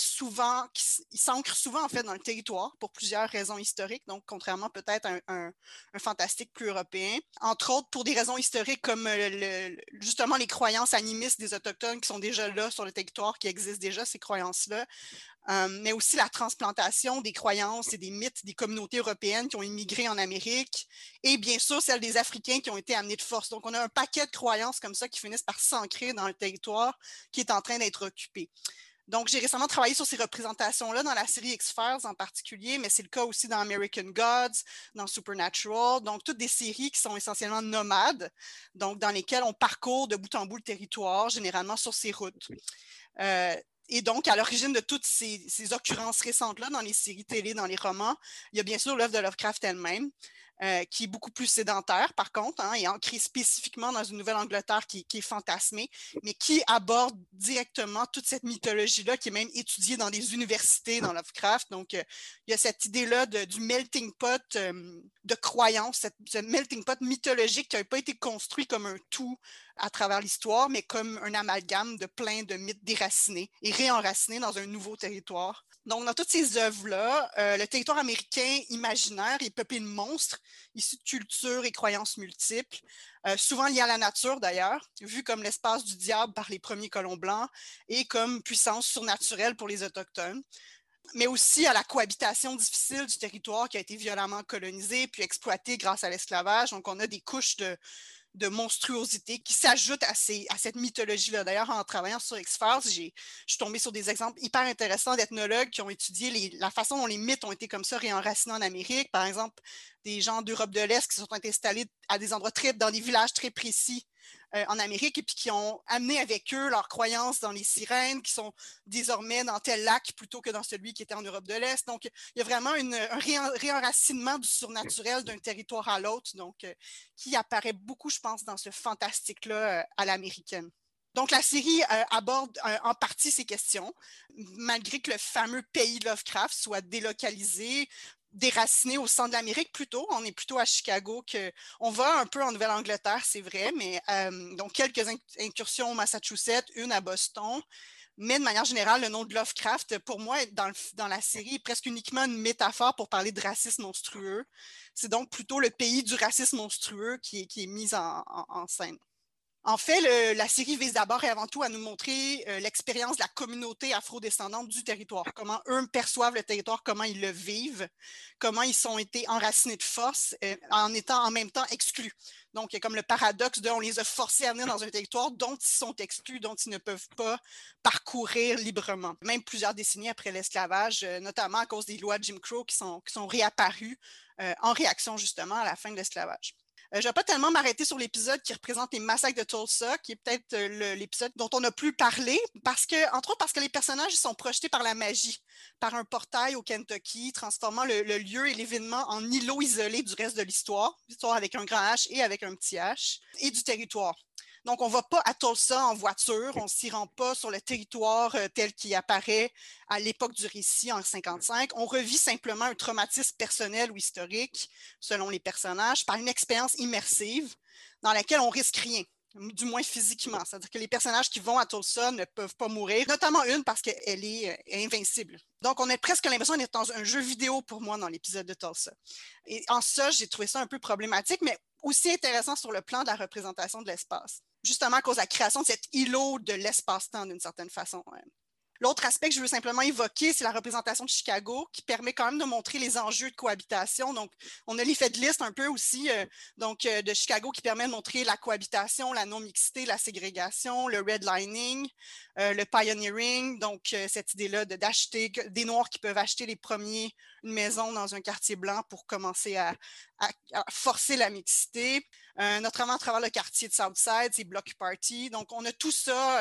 s'ancre souvent en fait dans le territoire pour plusieurs raisons historiques, donc contrairement peut-être à un fantastique plus européen. Entre autres, pour des raisons historiques comme justement les croyances animistes des Autochtones qui sont déjà là sur le territoire, qui existent déjà, ces croyances-là. Mais aussi la transplantation des croyances et des mythes des communautés européennes qui ont immigré en Amérique et bien sûr celles des Africains qui ont été amenés de force. Donc, on a un paquet de croyances comme ça qui finissent par s'ancrer dans le territoire qui est en train d'être occupé. Donc, j'ai récemment travaillé sur ces représentations-là dans la série X-Files en particulier, mais c'est le cas aussi dans American Gods, dans Supernatural, donc toutes des séries qui sont essentiellement nomades, donc dans lesquelles on parcourt de bout en bout le territoire, généralement sur ces routes. Et donc, à l'origine de toutes ces occurrences récentes-là, dans les séries télé, dans les romans, il y a bien sûr l'œuvre de Lovecraft elle-même. qui est beaucoup plus sédentaire, par contre, hein, et ancré spécifiquement dans une Nouvelle-Angleterre qui est fantasmée, mais qui aborde directement toute cette mythologie-là, qui est même étudiée dans des universités dans Lovecraft. Donc, il y a cette idée-là du melting pot de croyances, ce melting pot mythologique qui n'a pas été construit comme un tout à travers l'histoire, mais comme un amalgame de plein de mythes déracinés et réenracinés dans un nouveau territoire. Donc, dans toutes ces œuvres-là, le territoire américain imaginaire est peuplé de monstres issus de cultures et croyances multiples, souvent liés à la nature d'ailleurs, vu comme l'espace du diable par les premiers colons blancs et comme puissance surnaturelle pour les Autochtones, mais aussi à la cohabitation difficile du territoire qui a été violemment colonisé puis exploité grâce à l'esclavage. Donc, on a des couches de monstruosité qui s'ajoutent à cette mythologie-là. D'ailleurs, en travaillant sur X-Files, je suis tombée sur des exemples hyper intéressants d'ethnologues qui ont étudié la façon dont les mythes ont été comme ça réenracinés en Amérique. Par exemple, des gens d'Europe de l'Est qui se sont installés à des endroits dans des villages très précis en Amérique et puis qui ont amené avec eux leurs croyances dans les sirènes, qui sont désormais dans tel lac plutôt que dans celui qui était en Europe de l'Est. Donc, il y a vraiment un réenracinement du surnaturel d'un territoire à l'autre, donc qui apparaît beaucoup, je pense, dans ce fantastique-là à l'américaine. Donc, la série aborde en partie ces questions, malgré que le fameux pays Lovecraft soit délocalisé, déraciné au centre de l'Amérique plutôt. On est plutôt à Chicago. On va un peu en Nouvelle-Angleterre, c'est vrai, mais donc quelques incursions au Massachusetts, une à Boston. Mais de manière générale, le nom de Lovecraft, pour moi, dans la série, est presque uniquement une métaphore pour parler de racisme monstrueux. C'est donc plutôt le pays du racisme monstrueux qui est mis en scène. En fait, la série vise d'abord et avant tout à nous montrer l'expérience de la communauté afrodescendante du territoire, comment eux perçoivent le territoire, comment ils le vivent, comment ils ont été enracinés de force en étant en même temps exclus. Donc, il y a comme le paradoxe on les a forcés à venir dans un territoire dont ils sont exclus, dont ils ne peuvent pas parcourir librement. Même plusieurs décennies après l'esclavage, notamment à cause des lois de Jim Crow qui sont réapparues en réaction justement à la fin de l'esclavage. Je ne vais pas tellement m'arrêter sur l'épisode qui représente les massacres de Tulsa, qui est peut-être l'épisode dont on a plus parlé, entre autres parce que les personnages sont projetés par la magie, par un portail au Kentucky, transformant le lieu et l'événement en îlot isolé du reste de l'histoire avec un grand H et avec un petit H, et du territoire. Donc, on ne va pas à Tulsa en voiture, on ne s'y rend pas sur le territoire tel qu'il apparaît à l'époque du récit en 1955. On revit simplement un traumatisme personnel ou historique, selon les personnages, par une expérience immersive dans laquelle on risque rien, du moins physiquement. C'est-à-dire que les personnages qui vont à Tulsa ne peuvent pas mourir, notamment une parce qu'elle est invincible. Donc, on a presque l'impression d'être dans un jeu vidéo pour moi dans l'épisode de Tulsa. Et en ça, j'ai trouvé ça un peu problématique, mais aussi intéressant sur le plan de la représentation de l'espace. Justement à cause de la création de cet îlot de l'espace-temps d'une certaine façon. L'autre aspect que je veux simplement évoquer, c'est la représentation de Chicago qui permet quand même de montrer les enjeux de cohabitation. Donc, on a l'effet de liste un peu aussi de Chicago qui permet de montrer la cohabitation, la non-mixité, la ségrégation, le redlining, le pioneering, donc cette idée-là d'acheter des Noirs qui peuvent acheter les premiers une maison dans un quartier blanc pour commencer à forcer la mixité. Notamment à travers le quartier de Southside, c'est Block Party. Donc, on a tout ça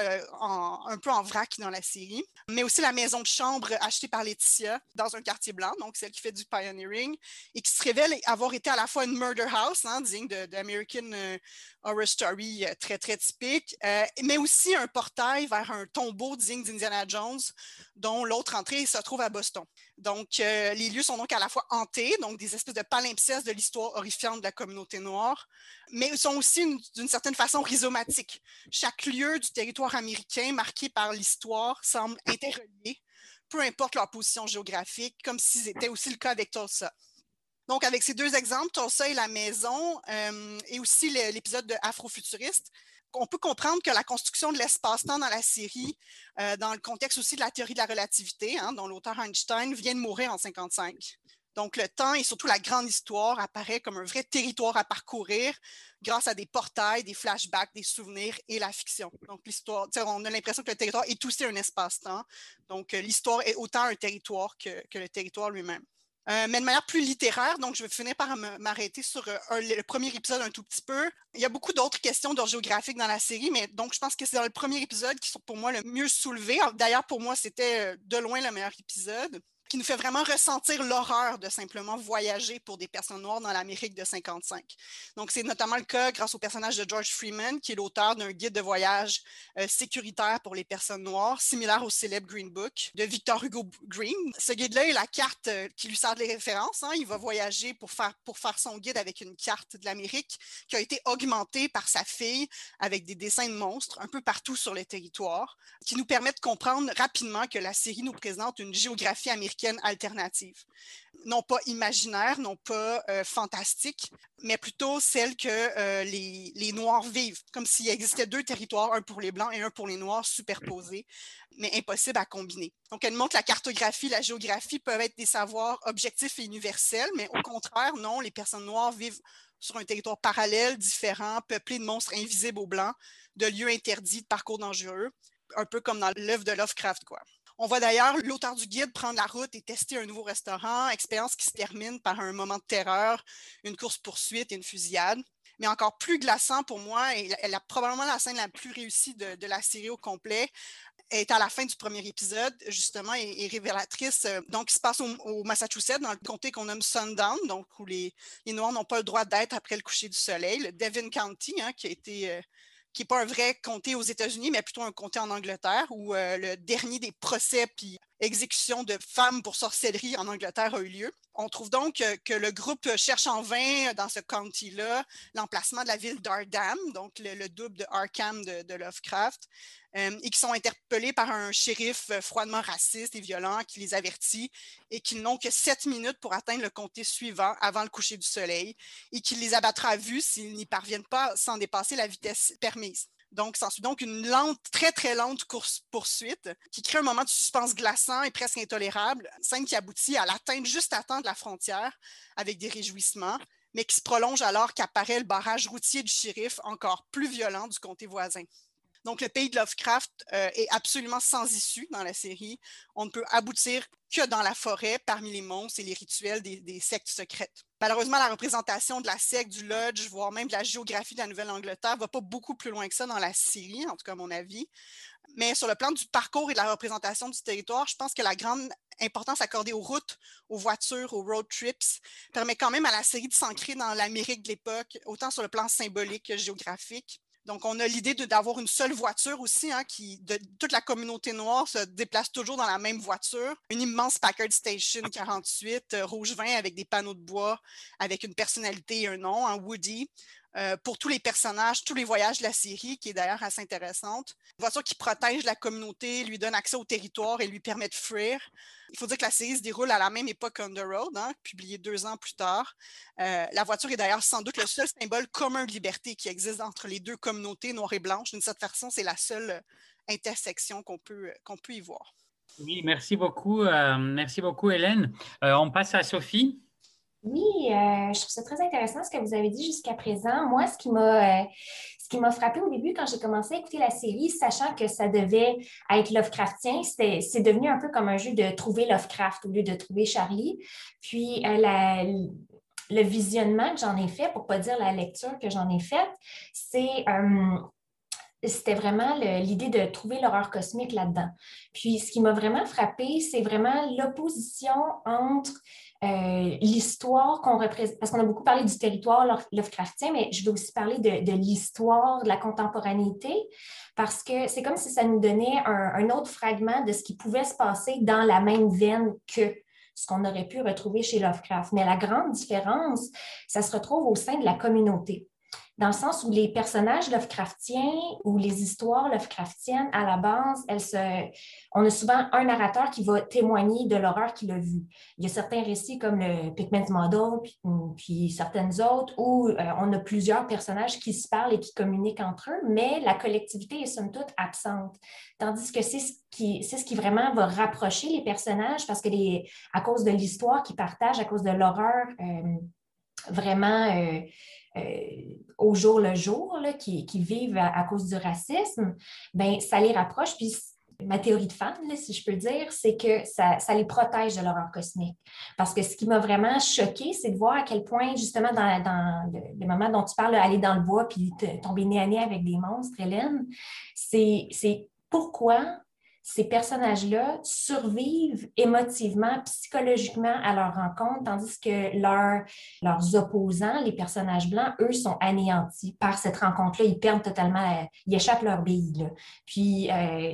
un peu en vrac dans la série. Mais aussi la maison de chambre achetée par Laetitia dans un quartier blanc, donc celle qui fait du pioneering, et qui se révèle avoir été à la fois une murder house, digne d'American Horror Story très, très typique, mais aussi un portail vers un tombeau digne d'Indiana Jones, dont l'autre entrée se trouve à Boston. Donc, les lieux sont donc à la fois hantés, donc des espèces de palimpsestes de l'histoire horrifiante de la communauté noire, mais ils sont aussi d'une certaine façon rhizomatiques. Chaque lieu du territoire américain marqué par l'histoire semble interrelié, peu importe leur position géographique, comme si c'était aussi le cas avec Tulsa. Donc, avec ces deux exemples, Tulsa et la maison, et aussi l'épisode de Afrofuturiste, on peut comprendre que la construction de l'espace-temps dans la série, dans le contexte aussi de la théorie de la relativité, dont l'auteur Einstein vient de mourir en 1955. Donc, le temps et surtout la grande histoire apparaît comme un vrai territoire à parcourir grâce à des portails, des flashbacks, des souvenirs et la fiction. Donc, l'histoire, on a l'impression que le territoire est aussi un espace-temps. Donc, l'histoire est autant un territoire que le territoire lui-même. Mais de manière plus littéraire, donc je vais finir par m'arrêter sur le premier épisode un tout petit peu. Il y a beaucoup d'autres questions d'ordre géographique dans la série, mais donc je pense que c'est dans le premier épisode qui sont pour moi le mieux soulevés. D'ailleurs, pour moi, c'était de loin le meilleur épisode. qui nous fait vraiment ressentir l'horreur de simplement voyager pour des personnes noires dans l'Amérique de 55. Donc, c'est notamment le cas grâce au personnage de George Freeman, qui est l'auteur d'un guide de voyage sécuritaire pour les personnes noires, similaire au célèbre Green Book de Victor Hugo Green. Ce guide-là est la carte qui lui sert de référence. Hein. Il va voyager pour faire son guide avec une carte de l'Amérique qui a été augmentée par sa fille avec des dessins de monstres un peu partout sur le territoire, qui nous permet de comprendre rapidement que la série nous présente une géographie américaine alternative. Non pas imaginaire, non pas fantastique, mais plutôt celle que les Noirs vivent, comme s'il existait deux territoires, un pour les Blancs et un pour les Noirs superposés, mais impossible à combiner. Donc, elle montre que la cartographie, la géographie peuvent être des savoirs objectifs et universels, mais au contraire, non, les personnes noires vivent sur un territoire parallèle, différent, peuplé de monstres invisibles aux Blancs, de lieux interdits, de parcours dangereux, un peu comme dans l'œuvre de Lovecraft, quoi. On voit d'ailleurs l'auteur du guide prendre la route et tester un nouveau restaurant, expérience qui se termine par un moment de terreur, une course-poursuite et une fusillade. Mais encore plus glaçant pour moi, et elle a probablement la scène la plus réussie de la série au complet, est à la fin du premier épisode, justement, et révélatrice. Donc, il se passe au Massachusetts, dans le comté qu'on nomme Sundown, donc où les Noirs n'ont pas le droit d'être après le coucher du soleil, le Devon County, hein, qui n'est pas un vrai comté aux États-Unis, mais plutôt un comté en Angleterre, où le dernier des procès puis exécutions de femmes pour sorcellerie en Angleterre a eu lieu. On trouve donc que le groupe cherche en vain dans ce county-là l'emplacement de la ville d'Ardham, donc le double de Arkham de Lovecraft, et qui sont interpellés par un shérif froidement raciste et violent qui les avertit et qu'ils n'ont que 7 minutes pour atteindre le comté suivant avant le coucher du soleil et qu'il les abattra à vue s'ils n'y parviennent pas sans dépasser la vitesse permise. Donc, s'ensuit donc une lente, très, très lente course-poursuite qui crée un moment de suspense glaçant et presque intolérable, scène qui aboutit à l'atteinte juste à temps de la frontière avec des réjouissements, mais qui se prolonge alors qu'apparaît le barrage routier du shérif encore plus violent du comté voisin. Donc, le pays de Lovecraft est absolument sans issue dans la série. On ne peut aboutir que dans la forêt, parmi les monstres et les rituels des sectes secrètes. Malheureusement, la représentation de la secte, du lodge, voire même de la géographie de la Nouvelle-Angleterre ne va pas beaucoup plus loin que ça dans la série, en tout cas à mon avis. Mais sur le plan du parcours et de la représentation du territoire, je pense que la grande importance accordée aux routes, aux voitures, aux road trips, permet quand même à la série de s'ancrer dans l'Amérique de l'époque, autant sur le plan symbolique que géographique. Donc, on a l'idée d'avoir une seule voiture aussi, hein, toute la communauté noire se déplace toujours dans la même voiture. Une immense Packard Station 48, rouge vin avec des panneaux de bois, avec une personnalité et un nom, un Woody. Pour tous les personnages, tous les voyages de la série, qui est d'ailleurs assez intéressante. Une voiture qui protège la communauté, lui donne accès au territoire et lui permet de fuir. Il faut dire que la série se déroule à la même époque qu'On the Road, hein, publiée 2 ans plus tard. La voiture est d'ailleurs sans doute le seul symbole commun de liberté qui existe entre les deux communautés, noires et blanches. D'une certaine façon, c'est la seule intersection qu'on peut y voir. Oui, merci beaucoup, Hélène. On passe à Sophie. Oui, je trouve ça très intéressant ce que vous avez dit jusqu'à présent. Moi, ce qui m'a frappé au début quand j'ai commencé à écouter la série, sachant que ça devait être Lovecraftien, c'est devenu un peu comme un jeu de trouver Lovecraft au lieu de trouver Charlie. Puis le visionnement que j'en ai fait, pour ne pas dire la lecture que j'en ai faite, c'était vraiment l'idée de trouver l'horreur cosmique là-dedans. Puis, ce qui m'a vraiment frappée, c'est vraiment l'opposition entre l'histoire qu'on représente, parce qu'on a beaucoup parlé du territoire Lovecraftien, mais je veux aussi parler de l'histoire, de la contemporanéité, parce que c'est comme si ça nous donnait un autre fragment de ce qui pouvait se passer dans la même veine que ce qu'on aurait pu retrouver chez Lovecraft. Mais la grande différence, ça se retrouve au sein de la communauté. Dans le sens où les personnages Lovecraftiens ou les histoires Lovecraftiennes, à la base, on a souvent un narrateur qui va témoigner de l'horreur qu'il a vue. Il y a certains récits comme le Pickman's Model, puis certaines autres, où on a plusieurs personnages qui se parlent et qui communiquent entre eux, mais la collectivité est somme toute absente. Tandis que c'est ce qui vraiment va rapprocher les personnages parce que à cause de l'histoire qu'ils partagent, à cause de l'horreur vraiment au jour le jour, là, qui vivent à cause du racisme, ben, ça les rapproche. Puis ma théorie de fan, là, si je peux dire, c'est que ça les protège de l'horreur cosmique. Parce que ce qui m'a vraiment choquée, c'est de voir à quel point, justement, dans le moment dont tu parles, aller dans le bois puis tomber nez à nez avec des monstres, Hélène, c'est pourquoi ces personnages-là survivent émotivement, psychologiquement à leur rencontre, tandis que leurs opposants, les personnages blancs, eux, sont anéantis par cette rencontre-là. Ils perdent totalement, ils échappent leur bille, là. Puis,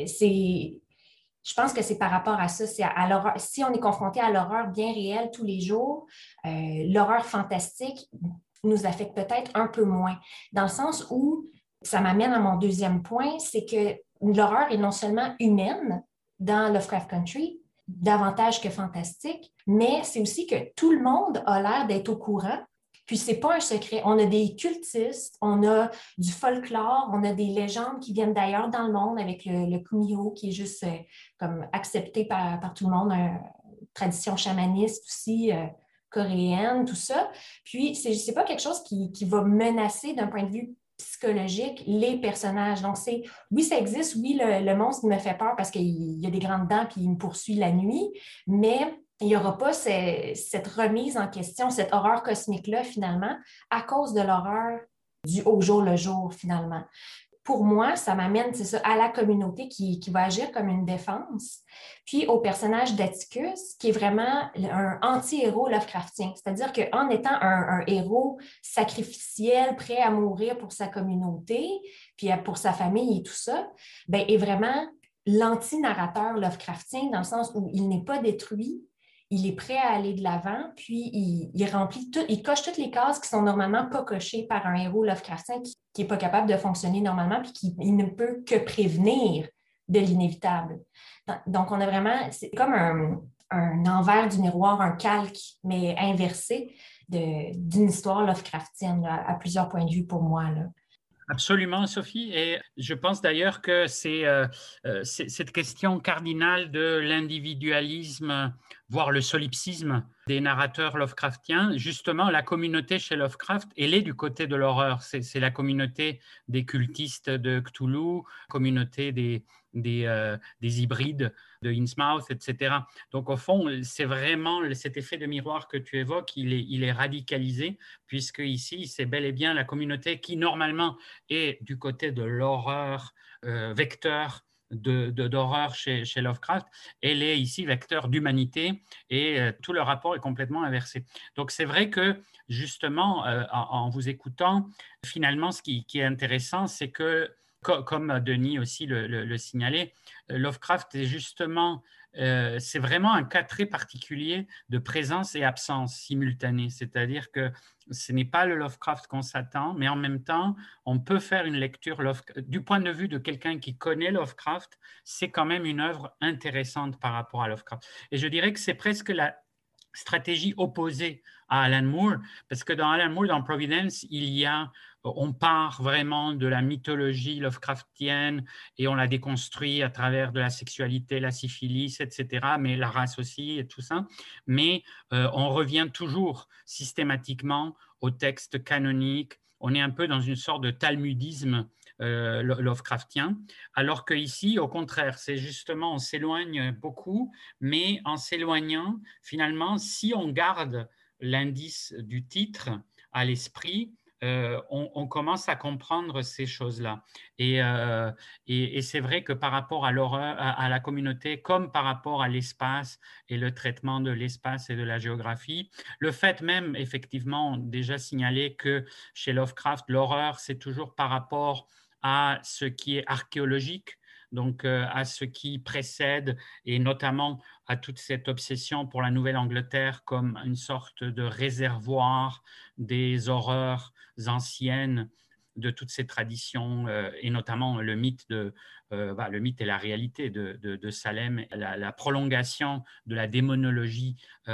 je pense que c'est par rapport à ça. C'est à l'horreur. Si on est confronté à l'horreur bien réelle tous les jours, l'horreur fantastique nous affecte peut-être un peu moins, dans le sens où ça m'amène à mon deuxième point, c'est que l'horreur est non seulement humaine dans Lovecraft Country, davantage que fantastique, mais c'est aussi que tout le monde a l'air d'être au courant. Puis, ce n'est pas un secret. On a des cultistes, on a du folklore, on a des légendes qui viennent d'ailleurs dans le monde avec le Kumiho qui est juste comme accepté par tout le monde, une tradition chamaniste aussi, coréenne, tout ça. Puis, ce n'est pas quelque chose qui va menacer d'un point de vue psychologique les personnages. Donc, oui, ça existe, oui, le monstre me fait peur parce qu'il y a des grandes dents puis il me poursuit la nuit, mais il n'y aura pas cette remise en question, cette horreur cosmique-là, finalement, à cause de l'horreur du au jour le jour, finalement. Pour moi, ça m'amène, c'est ça, à la communauté qui va agir comme une défense, puis au personnage d'Atticus, qui est vraiment un anti-héros Lovecraftien. C'est-à-dire qu'en étant un héros sacrificiel, prêt à mourir pour sa communauté, puis pour sa famille et tout ça, bien, est vraiment l'anti-narrateur Lovecraftien, dans le sens où il n'est pas détruit, il est prêt à aller de l'avant, puis il coche toutes les cases qui sont normalement pas cochées par un héros Lovecraftien qui n'est pas capable de fonctionner normalement, puis qui ne peut que prévenir de l'inévitable. Donc, on a vraiment, c'est comme un envers du miroir, un calque, mais inversé d'une histoire Lovecraftienne, là, à plusieurs points de vue pour moi, là. Absolument, Sophie. Et je pense d'ailleurs que c'est cette question cardinale de l'individualisme, voire le solipsisme des narrateurs Lovecraftiens. Justement, la communauté chez Lovecraft, elle est du côté de l'horreur. C'est la communauté des cultistes de Cthulhu, communauté des hybrides de Innsmouth, etc. Donc, au fond, c'est vraiment cet effet de miroir que tu évoques, il est radicalisé, puisque ici, c'est bel et bien la communauté qui, normalement, est du côté de l'horreur, vecteur d'horreur chez Lovecraft. Elle est ici vecteur d'humanité et tout le rapport est complètement inversé. Donc, c'est vrai que, justement, en vous écoutant, finalement, ce qui est intéressant, c'est que comme Denis aussi le signalait, Lovecraft est justement, c'est vraiment un cas très particulier de présence et absence simultanée. C'est-à-dire que ce n'est pas le Lovecraft qu'on s'attend, mais en même temps, on peut faire une lecture du point de vue de quelqu'un qui connaît Lovecraft, c'est quand même une œuvre intéressante par rapport à Lovecraft. Et je dirais que c'est presque la stratégie opposée à Alan Moore, parce que dans Alan Moore, dans Providence, on part vraiment de la mythologie Lovecraftienne et on la déconstruit à travers de la sexualité, la syphilis, etc., mais la race aussi et tout ça. Mais on revient toujours systématiquement au texte canonique. On est un peu dans une sorte de talmudisme Lovecraftien, alors qu'ici, au contraire, c'est justement, on s'éloigne beaucoup, mais en s'éloignant, finalement, si on garde l'indice du titre à l'esprit, on commence à comprendre ces choses-là. Et c'est vrai que par rapport à l'horreur, à la communauté, comme par rapport à l'espace et le traitement de l'espace et de la géographie, le fait même, effectivement, déjà signalé que chez Lovecraft, l'horreur, c'est toujours par rapport à ce qui est archéologique, donc à ce qui précède et notamment à toute cette obsession pour la Nouvelle-Angleterre comme une sorte de réservoir des horreurs anciennes de toutes ces traditions et notamment le mythe le mythe et la réalité de Salem, la prolongation de la démonologie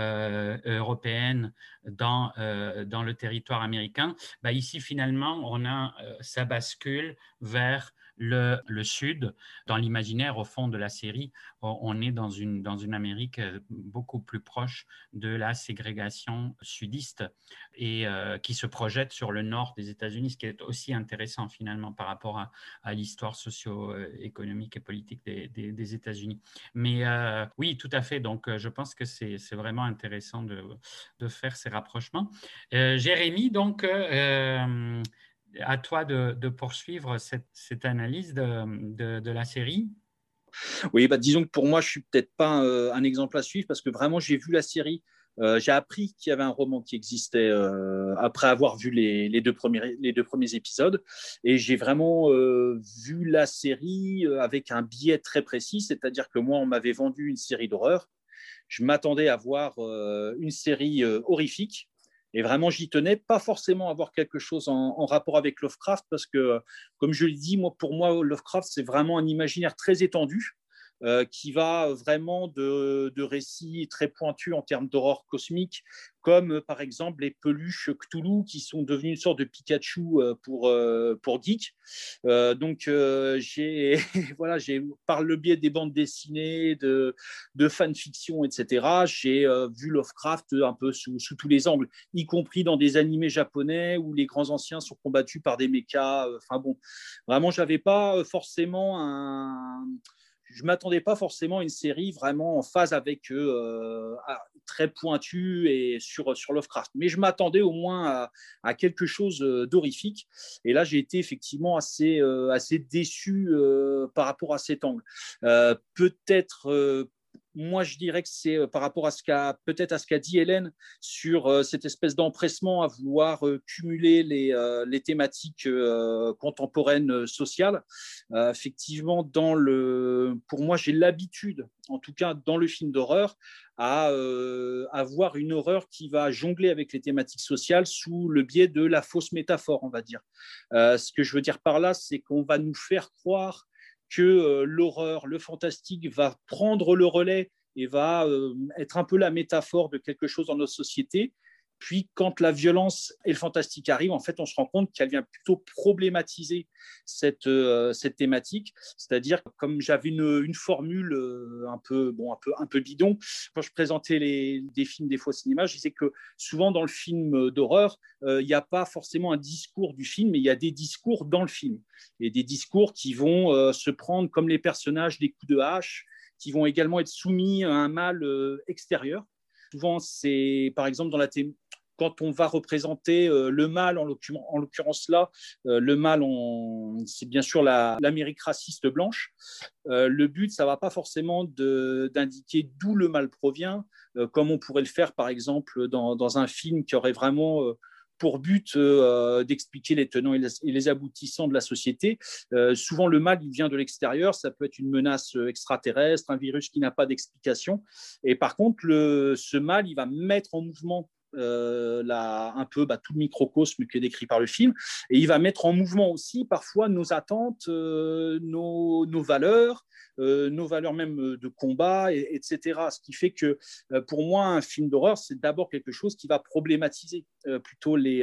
européenne dans le territoire américain. Ici, finalement, ça bascule vers le sud. Dans l'imaginaire, au fond de la série, on est dans une Amérique beaucoup plus proche de la ségrégation sudiste et qui se projette sur le nord des États-Unis, ce qui est aussi intéressant finalement par rapport à l'histoire socio-économique et politique des États-Unis. Mais oui, tout à fait. Donc, je pense que c'est vraiment intéressant de faire ces rapprochements. Jérémy, donc, à toi de poursuivre cette analyse de la série. Oui, disons que pour moi, je ne suis peut-être pas un exemple à suivre parce que vraiment, j'ai vu la série. J'ai appris qu'il y avait un roman qui existait après avoir vu les deux premiers épisodes. Et j'ai vraiment vu la série avec un biais très précis, c'est-à-dire que moi, on m'avait vendu une série d'horreur. Je m'attendais à voir une série horrifique. Et vraiment, j'y tenais, pas forcément à avoir quelque chose en rapport avec Lovecraft, parce que, comme je l'ai dit, pour moi, Lovecraft, c'est vraiment un imaginaire très étendu, qui va vraiment de récits très pointus en termes d'horreur cosmique, comme par exemple les peluches Cthulhu qui sont devenues une sorte de Pikachu pour geeks. Donc, voilà, par le biais des bandes dessinées, de fanfiction, etc., j'ai vu Lovecraft un peu sous tous les angles, y compris dans des animés japonais où les grands anciens sont combattus par des mechas. Enfin bon, vraiment, j'avais pas forcément je ne m'attendais pas forcément à une série vraiment en phase avec très pointue et sur Lovecraft. Mais je m'attendais au moins à quelque chose d'horrifique. Et là, j'ai été effectivement assez déçu par rapport à cet angle. Peut-être moi, je dirais que c'est par rapport à ce qu'a dit Hélène sur cette espèce d'empressement à vouloir cumuler les thématiques contemporaines sociales. Effectivement, pour moi, j'ai l'habitude, en tout cas dans le film d'horreur, à avoir une horreur qui va jongler avec les thématiques sociales sous le biais de la fausse métaphore, on va dire. Ce que je veux dire par là, c'est qu'on va nous faire croire que l'horreur, le fantastique va prendre le relais et va être un peu la métaphore de quelque chose dans notre société. Puis, quand la violence et le fantastique arrivent, en fait, on se rend compte qu'elle vient plutôt problématiser cette thématique. C'est-à-dire, comme j'avais une formule un peu bidon, quand je présentais des films des fois au cinéma, je disais que souvent dans le film d'horreur, il n'y a pas forcément un discours du film, mais il y a des discours dans le film. Et des discours qui vont se prendre comme les personnages des coups de hache, qui vont également être soumis à un mal extérieur. Souvent, c'est par exemple quand on va représenter le mal, en l'occurrence là, le mal, c'est bien sûr l'Amérique raciste blanche. Le but, ça ne va pas forcément d'indiquer d'où le mal provient, comme on pourrait le faire par exemple dans un film qui aurait vraiment pour but d'expliquer les tenants et les aboutissants de la société. Souvent, le mal, il vient de l'extérieur. Ça peut être une menace extraterrestre, un virus qui n'a pas d'explication. Et par contre, ce mal, il va mettre en mouvement un peu tout le microcosme qui est décrit par le film, et il va mettre en mouvement aussi parfois nos attentes, nos valeurs même de combat, etc. Ce qui fait que pour moi, un film d'horreur, c'est d'abord quelque chose qui va problématiser plutôt les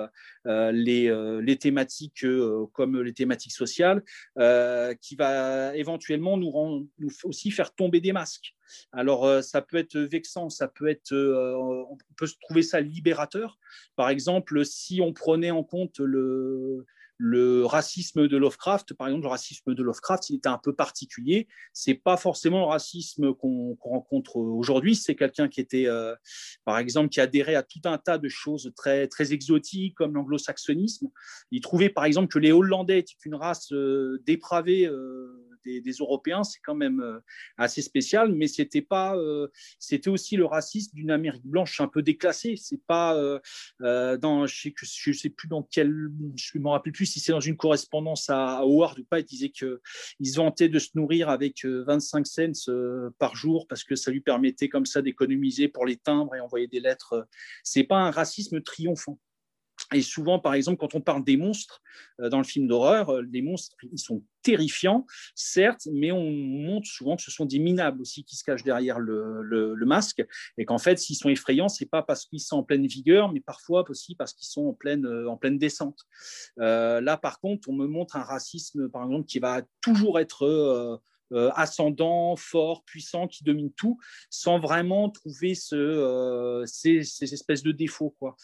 thématiques comme les thématiques sociales, qui va éventuellement nous aussi faire tomber des masques. Alors, ça peut être vexant, on peut se trouver ça libérateur. Par exemple, si on prenait en compte le racisme de Lovecraft, par exemple, le racisme de Lovecraft, il était un peu particulier. C'est pas forcément le racisme qu'on rencontre aujourd'hui. C'est quelqu'un qui était, par exemple, qui adhérait à tout un tas de choses très, très exotiques, comme l'anglo-saxonisme. Il trouvait, par exemple, que les Hollandais étaient une race dépravée des Européens. C'est quand même assez spécial, mais c'était aussi le racisme d'une Amérique blanche un peu déclassée. C'est pas je sais plus dans quel, je me rappelle plus si c'est dans une correspondance à Howard ou pas. Il disait qu'ils vantaient de se nourrir avec 25 cents par jour parce que ça lui permettait comme ça d'économiser pour les timbres et envoyer des lettres. C'est pas un racisme triomphant. Et souvent, par exemple, quand on parle des monstres dans le film d'horreur, les monstres, ils sont terrifiants, certes, mais on montre souvent que ce sont des minables aussi qui se cachent derrière le masque, et qu'en fait, s'ils sont effrayants, c'est pas parce qu'ils sont en pleine vigueur, mais parfois aussi parce qu'ils sont en pleine descente. Là, par contre, on me montre un racisme, par exemple, qui va toujours être ascendant, fort, puissant, qui domine tout, sans vraiment trouver ces espèces de défauts, quoi.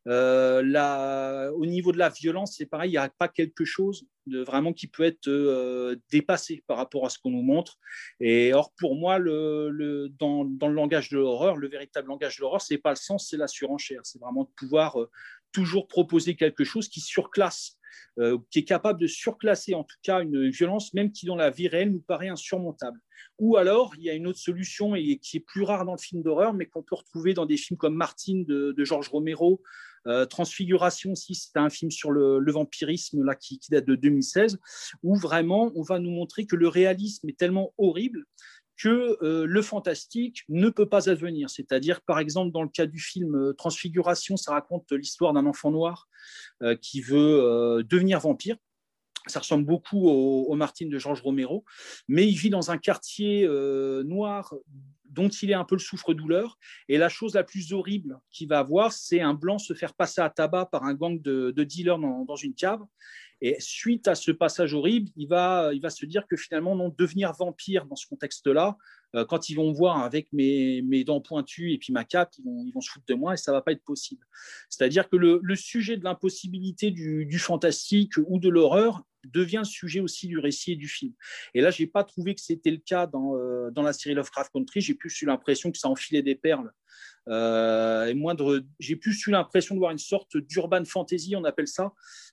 Au niveau de la violence, c'est pareil, il n'y a pas quelque chose de vraiment qui peut être dépassé par rapport à ce qu'on nous montre. Et or, pour moi, dans le langage de l'horreur, le véritable langage de l'horreur, c'est pas le sens, c'est la surenchère. C'est vraiment de pouvoir toujours proposer quelque chose qui surclasse qui est capable de surclasser en tout cas une violence, même qui dans la vie réelle nous paraît insurmontable. Ou alors, il y a une autre solution et qui est plus rare dans le film d'horreur, mais qu'on peut retrouver dans des films comme Martine de George Romero, Transfiguration aussi, c'est un film sur le vampirisme là, qui date de 2016, où vraiment on va nous montrer que le réalisme est tellement horrible que le fantastique ne peut pas advenir. C'est-à-dire, par exemple, dans le cas du film Transfiguration, ça raconte l'histoire d'un enfant noir qui veut devenir vampire. Ça ressemble beaucoup au Martine de George Romero, mais il vit dans un quartier noir dont il est un peu le souffre-douleur. Et la chose la plus horrible qu'il va avoir, c'est un blanc se faire passer à tabac par un gang de dealers dans une cave. Et suite à ce passage horrible, il va se dire que finalement, non, devenir vampire dans ce contexte-là, quand ils vont me voir avec mes dents pointues et puis ma cape, ils vont se foutre de moi et ça ne va pas être possible. C'est-à-dire que le sujet de l'impossibilité du fantastique ou de l'horreur devient le sujet aussi du récit et du film. Et là, je n'ai pas trouvé que c'était le cas dans la série Lovecraft Country. J'ai plus eu l'impression que ça enfilait des perles. J'ai plus eu l'impression de voir une sorte d'urban fantasy, on appelle ça.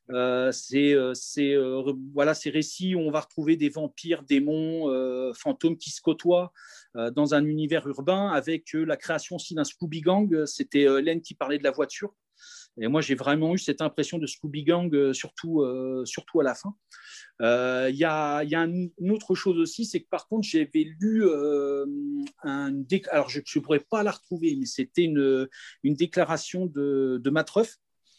Ces récits où on va retrouver des vampires, démons, fantômes qui se côtoient dans un univers urbain avec la création aussi d'un Scooby Gang. C'était Len qui parlait de la voiture. Et moi, j'ai vraiment eu cette impression de Scooby Gang, surtout à la fin. Il y a une autre chose aussi, c'est que par contre, j'avais lu alors je ne pourrais pas la retrouver, mais c'était une déclaration de Matt Ruff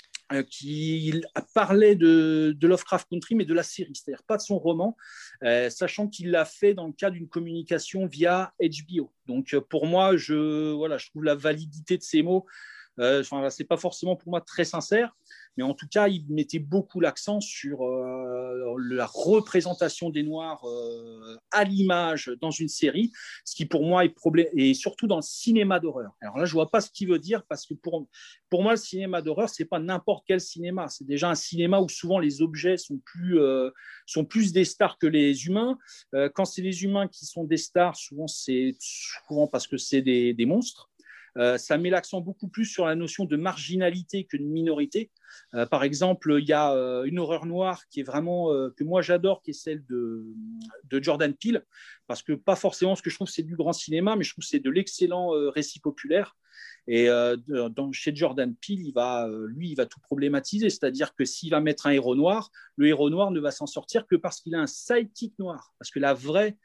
qui parlait de Lovecraft Country, mais de la série, c'est-à-dire pas de son roman, sachant qu'il l'a fait dans le cadre d'une communication via HBO. Donc, pour moi, je trouve la validité de ces mots. C'est pas forcément pour moi très sincère, mais en tout cas, il mettait beaucoup l'accent sur la représentation des Noirs à l'image dans une série, ce qui pour moi est problème, et surtout dans le cinéma d'horreur. Alors là, je vois pas ce qu'il veut dire, parce que pour moi, le cinéma d'horreur, c'est pas n'importe quel cinéma. C'est déjà un cinéma où souvent les objets sont plus des stars que les humains. Quand c'est les humains qui sont des stars, c'est souvent parce que c'est des monstres. Ça met l'accent beaucoup plus sur la notion de marginalité que de minorité. Par exemple, il y a une horreur noire qui est vraiment que moi j'adore, qui est celle de Jordan Peele, parce que pas forcément ce que je trouve c'est du grand cinéma, mais je trouve que c'est de l'excellent récit populaire. Et chez Jordan Peele, il va tout problématiser, c'est-à-dire que s'il va mettre un héros noir, le héros noir ne va s'en sortir que parce qu'il a un sidekick noir, parce que la vraie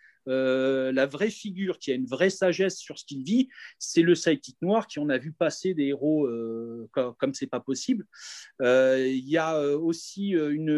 figure qui a une vraie sagesse sur ce qu'il vit, c'est le sidekick noir qui en a vu passer des héros comme c'est pas possible. Il y a aussi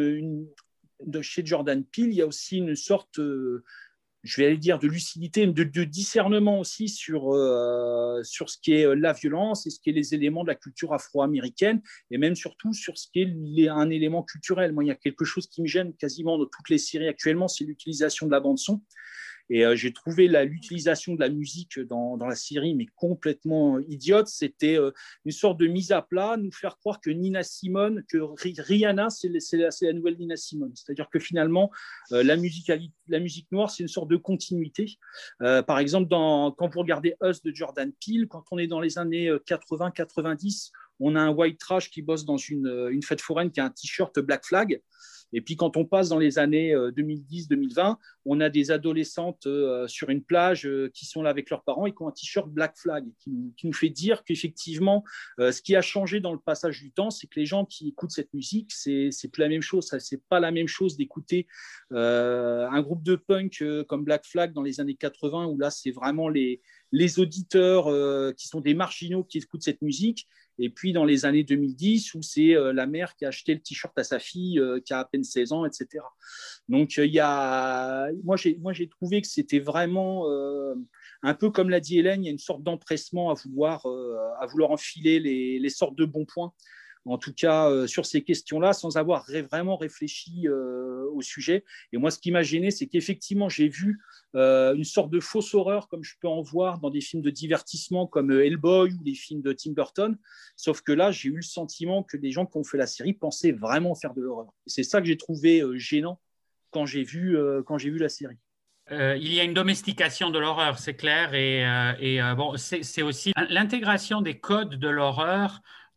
chez Jordan Peele, il y a aussi une sorte, je vais aller dire, de lucidité, de discernement aussi sur ce qui est la violence et ce qui est les éléments de la culture afro-américaine, et même surtout sur ce qui est un élément culturel. Moi, il y a quelque chose qui me gêne quasiment dans toutes les séries actuellement, c'est l'utilisation de la bande-son. Et j'ai trouvé l'utilisation de la musique dans la série mais complètement idiote. C'était une sorte de mise à plat, nous faire croire que Rihanna, c'est la nouvelle Nina Simone. C'est-à-dire que finalement, la musique noire, c'est une sorte de continuité. Par exemple, quand vous regardez Us de Jordan Peele, quand on est dans les années 80-90, on a un white trash qui bosse dans une fête foraine qui a un t-shirt Black Flag. Et puis, quand on passe dans les années 2010-2020, on a des adolescentes sur une plage qui sont là avec leurs parents et qui ont un t-shirt Black Flag, qui nous fait dire qu'effectivement, ce qui a changé dans le passage du temps, c'est que les gens qui écoutent cette musique, c'est plus la même chose. C'est pas la même chose d'écouter un groupe de punk comme Black Flag dans les années 80, où là, c'est vraiment les auditeurs qui sont des marginaux qui écoutent cette musique. Et puis dans les années 2010, où c'est la mère qui a acheté le t-shirt à sa fille qui a à peine 16 ans, etc. Donc moi j'ai trouvé que c'était vraiment un peu comme l'a dit Hélène, il y a une sorte d'empressement à vouloir enfiler les sortes de bons points, en tout cas sur ces questions-là, sans avoir vraiment réfléchi au sujet. Et moi, ce qui m'a gêné, c'est qu'effectivement, j'ai vu une sorte de fausse horreur, comme je peux en voir dans des films de divertissement comme Hellboy ou les films de Tim Burton, sauf que là, j'ai eu le sentiment que les gens qui ont fait la série pensaient vraiment faire de l'horreur. Et c'est ça que j'ai trouvé gênant quand j'ai vu la série. Il y a une domestication de l'horreur, c'est clair, et bon, c'est aussi l'intégration des codes de l'horreur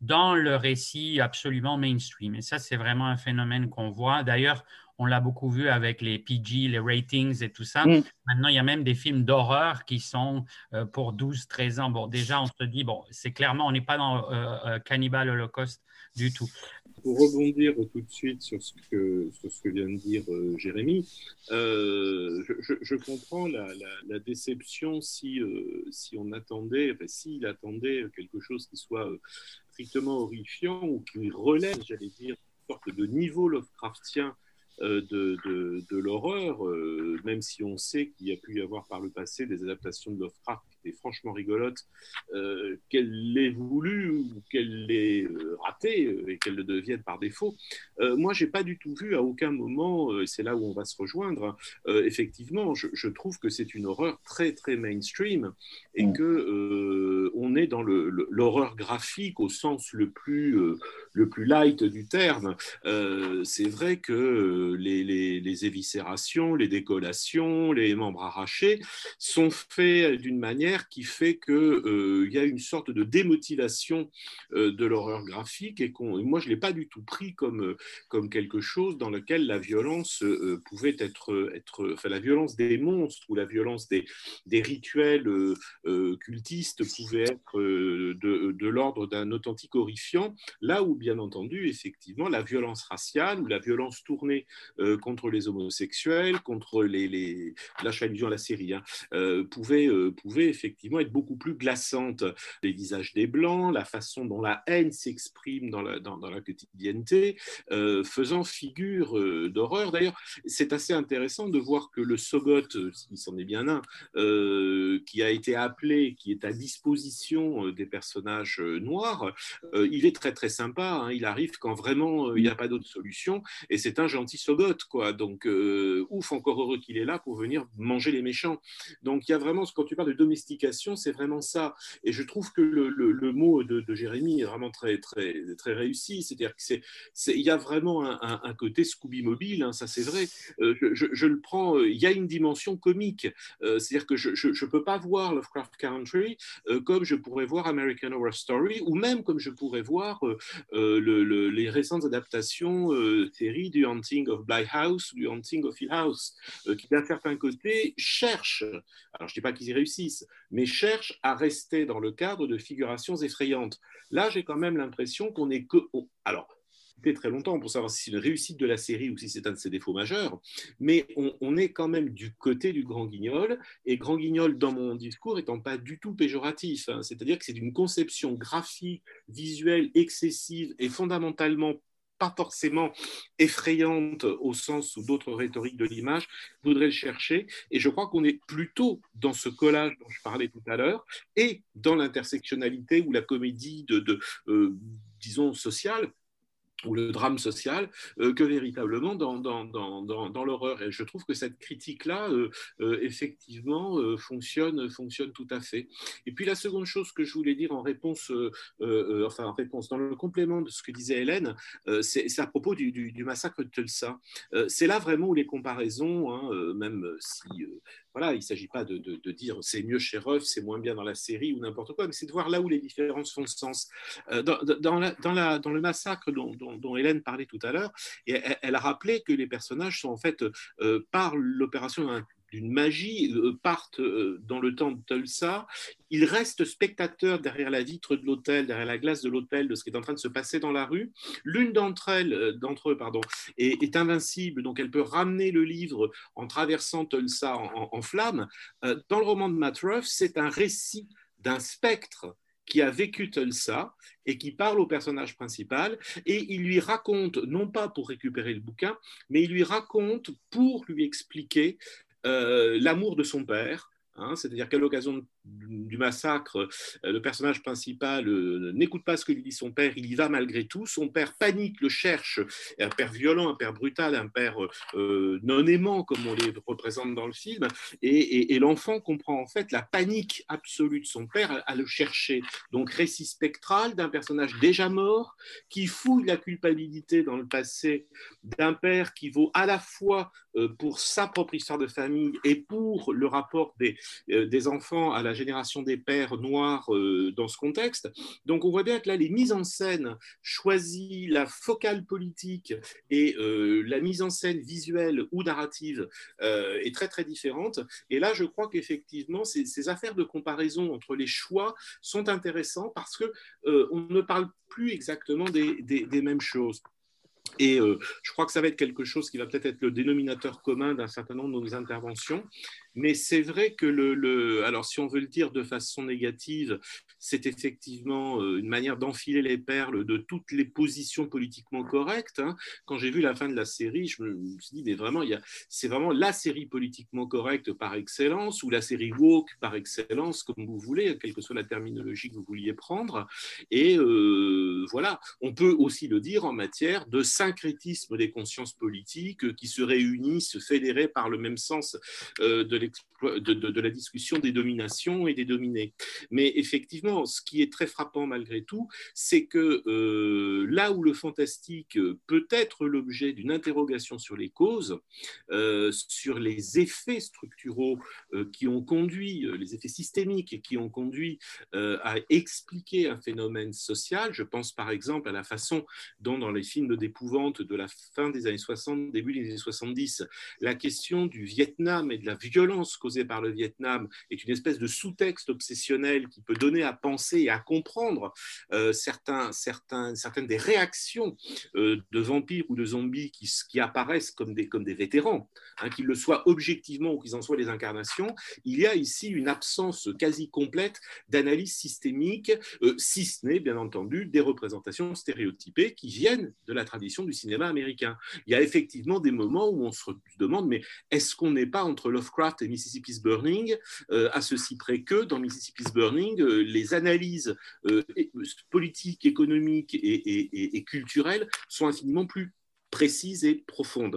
dans le récit absolument mainstream. Et ça, c'est vraiment un phénomène qu'on voit. D'ailleurs, on l'a beaucoup vu avec les PG, les ratings et tout ça. Maintenant, il y a même des films d'horreur qui sont pour 12-13 ans. Bon, déjà, on se dit, bon, c'est clairement, on n'est pas dans Cannibal Holocaust du tout. Pour rebondir tout de suite sur ce que vient de dire Jérémy, je comprends la déception si on attendait, enfin, s'il attendait quelque chose qui soit strictement horrifiant ou qui relève, j'allais dire, une sorte de niveau Lovecraftien de l'horreur, même si on sait qu'il y a pu y avoir par le passé des adaptations de Lovecraft qui étaient franchement rigolotes, qu'elle l'ait voulu ou qu'elle l'ait raté et qu'elle le devienne par défaut. Moi, j'ai pas du tout vu à aucun moment, c'est là où on va se rejoindre, effectivement, je trouve que c'est une horreur très très mainstream et que on est dans l'horreur graphique au sens le plus light du terme. C'est vrai que les éviscérations, les décollations, les membres arrachés sont faits d'une manière qui fait qu'il y a une sorte de démotivation de l'horreur graphique et moi je ne l'ai pas du tout pris comme quelque chose dans lequel la violence pouvait être enfin, la violence des monstres ou la violence des rituels cultistes pouvait être de l'ordre d'un authentique horrifiant, là où bien entendu effectivement la violence raciale ou la violence tournée contre les homosexuels, contre là je fais allusion à la série, pouvait effectivement être beaucoup plus glaçante. Les visages des Blancs, la façon dont la haine s'exprime dans la quotidienneté, faisant figure d'horreur. D'ailleurs, c'est assez intéressant de voir que le Sogot, s'il s'en est bien un, qui a été appelé, qui est à disposition des personnages noirs, il est très très sympa, il arrive quand vraiment il n'y a pas d'autre solution, et c'est un gentil Sogot, quoi. Donc, ouf, encore heureux qu'il est là pour venir manger les méchants. Donc, il y a vraiment, quand tu parles de domestication, c'est vraiment ça. Et je trouve que le mot de Jérémy est vraiment très, très, très réussi. C'est-à-dire qu'il y a vraiment un côté Scooby Mobile, ça c'est vrai. Je le prends, il y a une dimension comique. C'est-à-dire que je ne peux pas voir Lovecraft Country comme je pourrais voir American Horror Story, ou même comme je pourrais voir les récentes adaptations séries du Haunting of Bly House ou du Haunting of Hill House, qui d'un certain côté cherchent, alors je ne dis pas qu'ils y réussissent, mais cherchent à rester dans le cadre de figurations effrayantes. Là, j'ai quand même l'impression qu'on est que... Alors, c'était très longtemps pour savoir si c'est une réussite de la série ou si c'est un de ses défauts majeurs, mais on est quand même du côté du Grand Guignol, et Grand Guignol, dans mon discours, étant pas du tout péjoratif, c'est-à-dire que c'est une conception graphique, visuelle, excessive et fondamentalement pas forcément effrayante au sens où d'autres rhétoriques de l'image voudraient le chercher. Et je crois qu'on est plutôt dans ce collage dont je parlais tout à l'heure et dans l'intersectionnalité ou la comédie disons, sociale, ou le drame social, que véritablement dans l'horreur. Et je trouve que cette critique-là, effectivement, fonctionne tout à fait. Et puis la seconde chose que je voulais dire en réponse, dans le complément de ce que disait Hélène, c'est à propos du massacre de Tulsa. C'est là vraiment où les comparaisons, même si... voilà, il ne s'agit pas de dire c'est mieux chez Ruff, c'est moins bien dans la série ou n'importe quoi, mais c'est de voir là où les différences font sens. Dans le massacre dont Hélène parlait tout à l'heure, et elle a rappelé que les personnages sont en fait, par l'opération d'une magie, partent dans le temps de Tulsa. Ils restent spectateurs derrière la vitre de l'hôtel, derrière la glace de l'hôtel, de ce qui est en train de se passer dans la rue. L'une d'entre eux, est invincible, donc elle peut ramener le livre en traversant Tulsa en flammes. Dans le roman de Matt Ruff, c'est un récit d'un spectre qui a vécu Tulsa et qui parle au personnage principal, et il lui raconte, non pas pour récupérer le bouquin, mais il lui raconte pour lui expliquer l'amour de son père, c'est-à-dire qu'à l'occasion du massacre, le personnage principal n'écoute pas ce que lui dit son père, il y va malgré tout, son père panique, le cherche, un père violent, un père brutal, un père non aimant comme on les représente dans le film, et l'enfant comprend en fait la panique absolue de son père à le chercher. Donc récit spectral d'un personnage déjà mort qui fouille la culpabilité dans le passé d'un père qui vaut à la fois pour sa propre histoire de famille et pour le rapport des enfants à la la génération des pères noirs dans ce contexte. Donc on voit bien que là, les mises en scène choisies, la focale politique et la mise en scène visuelle ou narrative est très très différente. Et là, je crois qu'effectivement, ces affaires de comparaison entre les choix sont intéressants parce que on ne parle plus exactement des mêmes choses. Et je crois que ça va être quelque chose qui va peut-être être le dénominateur commun d'un certain nombre de nos interventions. Mais c'est vrai que alors si on veut le dire de façon négative, c'est effectivement une manière d'enfiler les perles de toutes les positions politiquement correctes. Hein. Quand j'ai vu la fin de la série, je me suis dit, mais vraiment, c'est vraiment la série politiquement correcte par excellence, ou la série woke par excellence, comme vous voulez, quelle que soit la terminologie que vous vouliez prendre. Et voilà, on peut aussi le dire en matière de syncrétisme des consciences politiques qui se réunissent, fédérées par le même sens de la discussion des dominations et des dominés. Mais effectivement, ce qui est très frappant malgré tout, c'est que là où le fantastique peut être l'objet d'une interrogation sur les causes, sur les effets structuraux qui ont conduit, les effets systémiques qui ont conduit à expliquer un phénomène social, je pense par exemple à la façon dont dans les films d'épouvante de la fin des années 60, début des années 70, la question du Vietnam et de la violence causée par le Vietnam est une espèce de sous-texte obsessionnel qui peut donner à penser et à comprendre certaines des réactions de vampires ou de zombies qui apparaissent comme des vétérans, hein, qu'ils le soient objectivement ou qu'ils en soient les incarnations. Il y a ici une absence quasi complète d'analyse systémique, si ce n'est bien entendu des représentations stéréotypées qui viennent de la tradition du cinéma américain. Il y a effectivement des moments où on se demande, mais est-ce qu'on n'est pas entre Lovecraft et Mississippi's Burning, à ceci près que dans Mississippi's Burning, les analyses politiques, économiques et culturelles sont infiniment plus précises et profondes.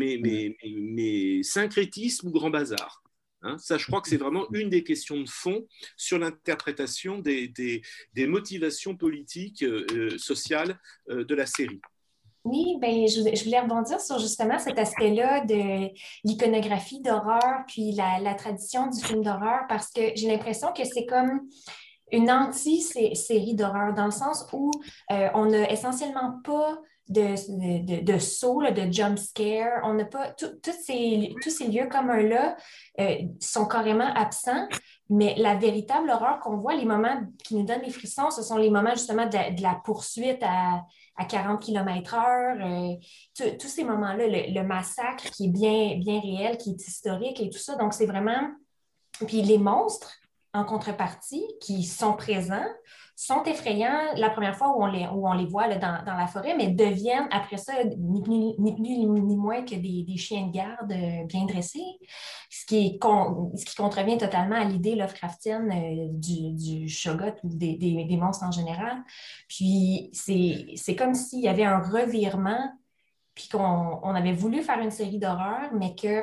Mais syncrétisme ou grand bazar? Hein, ça, je crois que c'est vraiment une des questions de fond sur l'interprétation des motivations politiques, sociales de la série. Oui, ben, je voulais rebondir sur justement cet aspect-là de l'iconographie d'horreur, puis la tradition du film d'horreur, parce que j'ai l'impression que c'est comme une anti-série d'horreur, dans le sens où on n'a essentiellement pas de saut, là, de jump scare. On n'a pas tous ces lieux communs-là sont carrément absents, mais la véritable horreur qu'on voit, les moments qui nous donnent les frissons, ce sont les moments justement de la poursuite à 40 km/h, tous ces moments-là, le massacre qui est bien, bien réel, qui est historique et tout ça. Donc, c'est vraiment... Puis les monstres, en contrepartie, qui sont présents, sont effrayants la première fois où on les voit là, dans la forêt, mais deviennent après ça ni plus ni moins que des chiens de garde bien dressés, ce qui contrevient totalement à l'idée Lovecraftienne du Shoggoth ou des monstres en général. Puis c'est comme s'il y avait un revirement, puis qu'on avait voulu faire une série d'horreur, mais que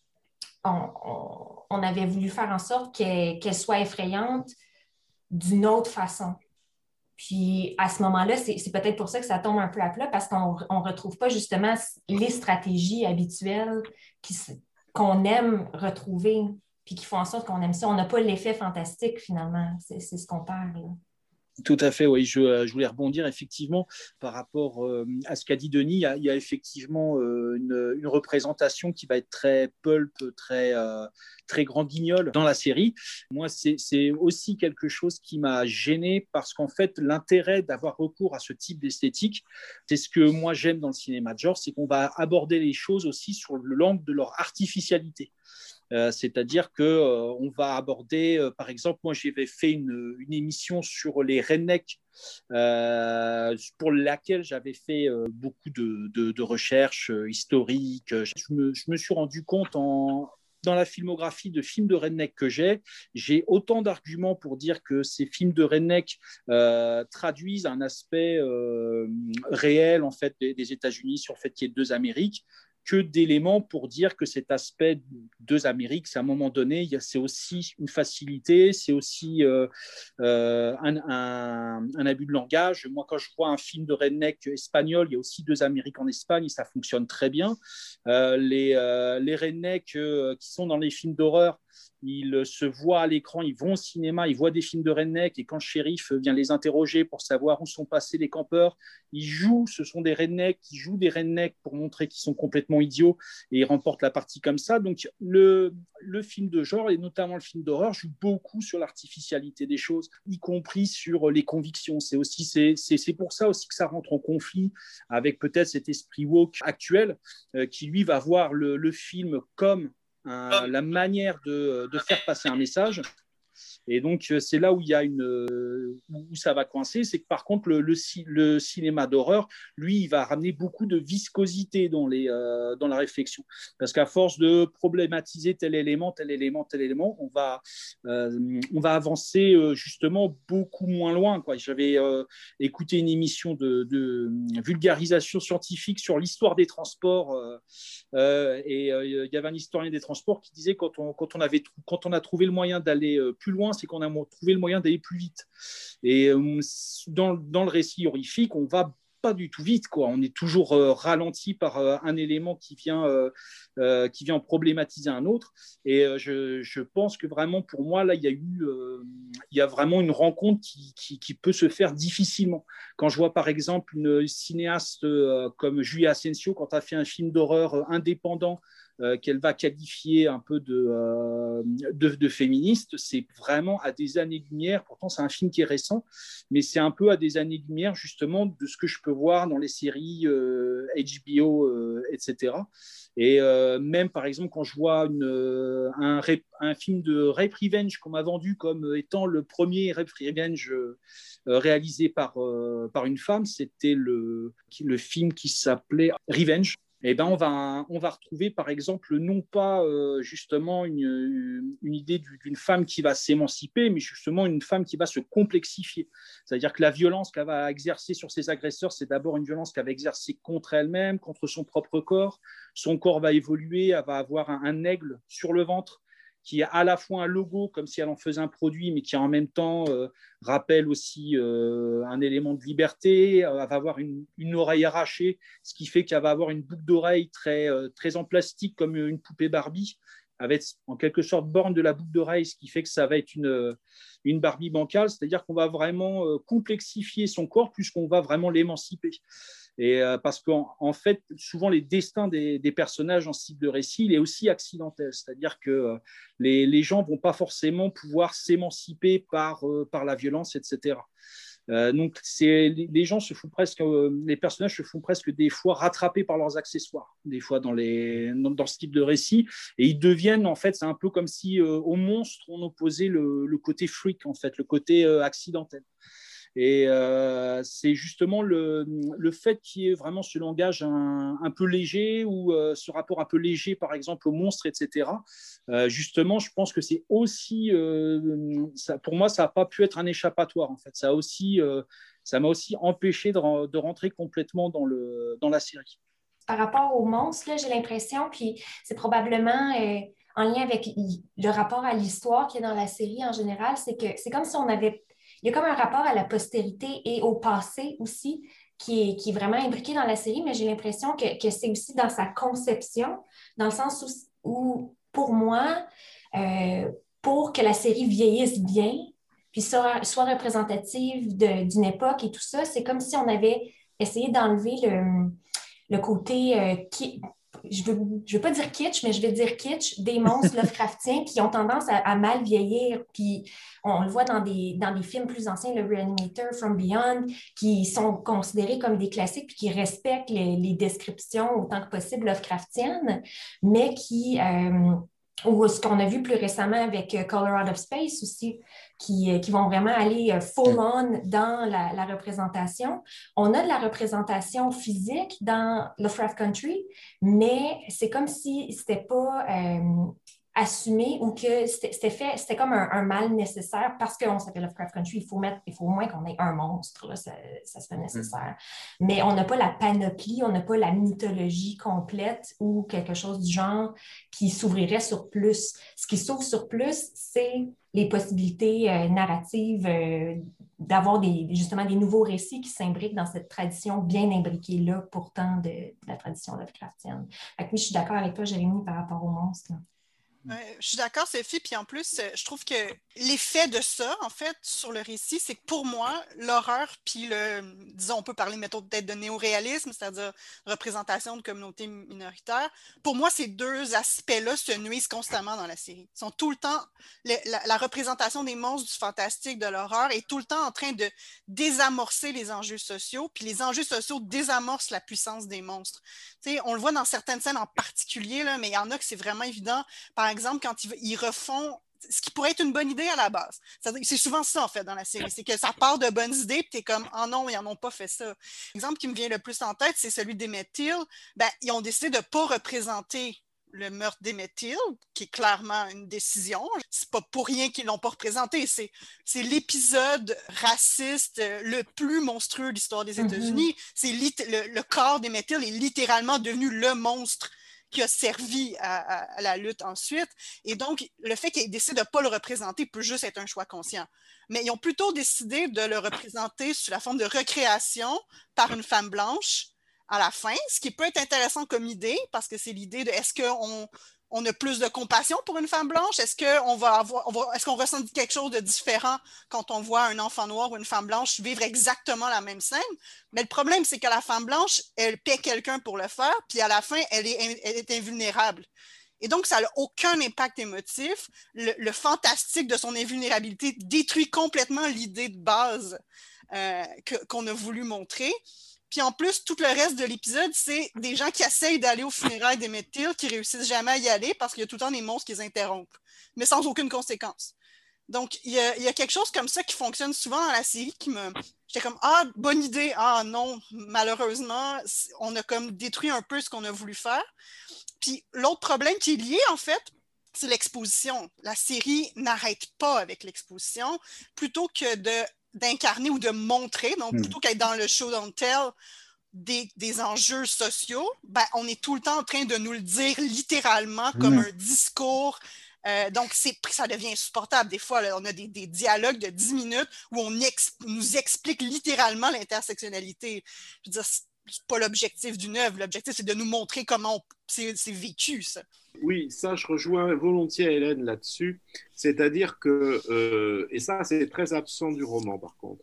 on avait voulu faire en sorte qu'elle soit effrayante d'une autre façon. Puis à ce moment-là, c'est peut-être pour ça que ça tombe un peu à plat, parce qu'on ne retrouve pas justement les stratégies habituelles qu'on aime retrouver, puis qui font en sorte qu'on aime ça. On n'a pas l'effet fantastique finalement. C'est ce qu'on perd, là. Tout à fait, oui. Je voulais rebondir effectivement par rapport à ce qu'a dit Denis. Il y a effectivement une représentation qui va être très pulp, très grand guignol dans la série. Moi, c'est aussi quelque chose qui m'a gêné parce qu'en fait, l'intérêt d'avoir recours à ce type d'esthétique, c'est ce que moi j'aime dans le cinéma de genre, c'est qu'on va aborder les choses aussi sur l'angle de leur artificialité. C'est-à-dire qu'on va aborder, par exemple, moi j'avais fait une émission sur les rednecks pour laquelle j'avais fait beaucoup de recherches historiques. Je me suis rendu compte dans la filmographie de films de redneck que j'ai autant d'arguments pour dire que ces films de redneck traduisent un aspect réel en fait, des États-Unis sur le fait qu'il y ait deux Amériques, que d'éléments pour dire que cet aspect deux Amériques, c'est à un moment donné, c'est aussi une facilité, c'est aussi un abus de langage. Moi, quand je vois un film de redneck espagnol, il y a aussi deux Amériques en Espagne et ça fonctionne très bien. Les rednecks qui sont dans les films d'horreur, ils se voient à l'écran, ils vont au cinéma, ils voient des films de redneck, et quand le shérif vient les interroger pour savoir où sont passés les campeurs, ce sont des rednecks qui jouent des rednecks pour montrer qu'ils sont complètement idiots, et ils remportent la partie comme ça. Donc le film de genre, et notamment le film d'horreur, joue beaucoup sur l'artificialité des choses, y compris sur les convictions. C'est pour ça aussi que ça rentre en conflit avec peut-être cet esprit woke actuel, qui lui va voir le film comme la manière de faire passer un message. Et donc, c'est là où il y a où ça va coincer, c'est que par contre, le cinéma d'horreur, lui, il va ramener beaucoup de viscosité dans la réflexion. Parce qu'à force de problématiser tel élément, on va avancer justement beaucoup moins loin, quoi. J'avais écouté une émission de vulgarisation scientifique sur l'histoire des transports, et il y avait un historien des transports qui disait quand on a trouvé le moyen d'aller plus loin, c'est qu'on a trouvé le moyen d'aller plus vite. Et dans le récit horrifique, on va pas du tout vite, quoi. On est toujours ralenti par un élément qui vient problématiser un autre. Et je pense que vraiment, pour moi, là, il y a vraiment une rencontre qui peut se faire difficilement. Quand je vois, par exemple, une cinéaste comme Julia Asensio, quand elle a fait un film d'horreur indépendant, qu'elle va qualifier un peu de féministe, c'est vraiment à des années-lumière. Pourtant, c'est un film qui est récent, mais c'est un peu à des années-lumière, justement, de ce que je peux voir dans les séries HBO, etc. Et même, par exemple, quand je vois un film de Rape Revenge qu'on m'a vendu comme étant le premier Rape Revenge réalisé par une femme, c'était le film qui s'appelait Revenge. Eh ben, on va retrouver, par exemple, non pas justement une idée d'une femme qui va s'émanciper, mais justement une femme qui va se complexifier. C'est-à-dire que la violence qu'elle va exercer sur ses agresseurs, c'est d'abord une violence qu'elle va exercer contre elle-même, contre son propre corps. Son corps va évoluer, elle va avoir un aigle sur le ventre, qui a à la fois un logo, comme si elle en faisait un produit, mais qui en même temps rappelle aussi un élément de liberté. Elle va avoir une oreille arrachée, ce qui fait qu'elle va avoir une boucle d'oreille très, très en plastique, comme une poupée Barbie, avec en quelque sorte borne de la boucle d'oreille, ce qui fait que ça va être une Barbie bancale, c'est-à-dire qu'on va vraiment complexifier son corps plus qu'on va vraiment l'émanciper. Et parce qu'en fait, souvent, les destins des personnages en ce type de récit, il est aussi accidentel. C'est-à-dire que les gens ne vont pas forcément pouvoir s'émanciper par la violence, etc. Donc, les gens se font presque, les personnages se font presque des fois rattrapés par leurs accessoires, des fois dans ce type de récit. Et ils deviennent, en fait, c'est un peu comme si au monstre, on opposait le côté freak, en fait, le côté accidentel. Et c'est justement le fait qu'il y ait vraiment ce langage un peu léger, ou ce rapport un peu léger, par exemple, aux monstres, etc. Justement, je pense que c'est aussi, pour moi, ça n'a pas pu être un échappatoire, en fait. Ça m'a aussi empêché de rentrer complètement dans la série. Par rapport aux monstres, là, j'ai l'impression, puis c'est probablement en lien avec le rapport à l'histoire qu'il y a dans la série en général, c'est que c'est comme si on avait... Il y a comme un rapport à la postérité et au passé aussi qui est vraiment imbriqué dans la série, mais j'ai l'impression que c'est aussi dans sa conception, dans le sens où pour moi, pour que la série vieillisse bien, puis soit représentative d'une époque et tout ça, c'est comme si on avait essayé d'enlever le côté je veux pas dire kitsch, mais je vais dire kitsch, des monstres Lovecraftiens qui ont tendance à mal vieillir. Puis on le voit dans des films plus anciens, le Reanimator, From Beyond, qui sont considérés comme des classiques puis qui respectent les descriptions autant que possible Lovecraftiennes, mais ou ce qu'on a vu plus récemment avec Color Out of Space aussi, qui vont vraiment aller full-on dans la représentation. On a de la représentation physique dans Lovecraft Country, mais c'est comme si c'était pas assumé, ou que c'était comme un mal nécessaire parce qu'on s'appelle Lovecraft Country. Il faut au moins qu'on ait un monstre, là, ça serait nécessaire. Mais on n'a pas la panoplie, on n'a pas la mythologie complète ou quelque chose du genre qui s'ouvrirait sur plus. Ce qui s'ouvre sur plus, c'est les possibilités narratives d'avoir justement des nouveaux récits qui s'imbriquent dans cette tradition bien imbriquée-là, pourtant, de la tradition Lovecraftienne. Fait que oui, je suis d'accord avec toi, Jérémy, par rapport aux monstres. Ouais, je suis d'accord, Sophie. Puis en plus, je trouve que l'effet de ça, en fait, sur le récit, c'est que pour moi, l'horreur, puis disons, on peut parler, mettons, peut-être de néoréalisme, c'est-à-dire représentation de communautés minoritaires. Pour moi, ces deux aspects-là se nuisent constamment dans la série. Ils sont tout le temps, la représentation des monstres, du fantastique, de l'horreur est tout le temps en train de désamorcer les enjeux sociaux, puis les enjeux sociaux désamorcent la puissance des monstres. Tu sais, on le voit dans certaines scènes en particulier, là, mais il y en a que c'est vraiment évident. Par exemple, quand ils refont ce qui pourrait être une bonne idée à la base. C'est souvent ça, en fait, dans la série. C'est que ça part de bonnes idées, puis t'es comme, oh non, ils n'en ont pas fait ça. L'exemple qui me vient le plus en tête, c'est celui d'Emmett Till. Ben, ils ont décidé de ne pas représenter le meurtre d'Emmett Till, qui est clairement une décision. C'est pas pour rien qu'ils l'ont pas représenté. C'est l'épisode raciste le plus monstrueux de l'histoire des États-Unis. C'est le corps d'Emmett Till est littéralement devenu le monstre qui a servi à la lutte ensuite. Et donc, le fait qu'ils décident de ne pas le représenter peut juste être un choix conscient. Mais ils ont plutôt décidé de le représenter sous la forme de recréation par une femme blanche à la fin, ce qui peut être intéressant comme idée, parce que c'est l'idée de est-ce qu'on a plus de compassion pour une femme blanche? Est-ce qu'on ressent quelque chose de différent quand on voit un enfant noir ou une femme blanche vivre exactement la même scène? Mais le problème, c'est que la femme blanche, elle paie quelqu'un pour le faire, puis à la fin, elle est invulnérable. Et donc, ça n'a aucun impact émotif. Le fantastique de son invulnérabilité détruit complètement l'idée de base qu'on a voulu montrer. Puis en plus, tout le reste de l'épisode, c'est des gens qui essayent d'aller aux funérailles d'Emmett Till, qui réussissent jamais à y aller parce qu'il y a tout le temps des monstres qui les interrompent, mais sans aucune conséquence. Donc, il y a quelque chose comme ça qui fonctionne souvent dans la série J'étais comme, ah, bonne idée. Ah non, malheureusement, on a comme détruit un peu ce qu'on a voulu faire. Puis l'autre problème qui est lié, en fait, c'est l'exposition. La série n'arrête pas avec l'exposition. Plutôt que d'incarner ou de montrer, donc plutôt qu'être dans le show don't tell des enjeux sociaux, ben, on est tout le temps en train de nous le dire littéralement comme un discours. Donc, ça devient insupportable. Des fois, là, on a des dialogues de 10 minutes où on nous explique littéralement l'intersectionnalité. Je veux dire, c'est pas l'objectif d'une œuvre. L'objectif, c'est de nous montrer comment c'est vécu, ça. Oui, ça, je rejoins volontiers Hélène là-dessus. C'est-à-dire que, et ça, c'est très absent du roman, par contre,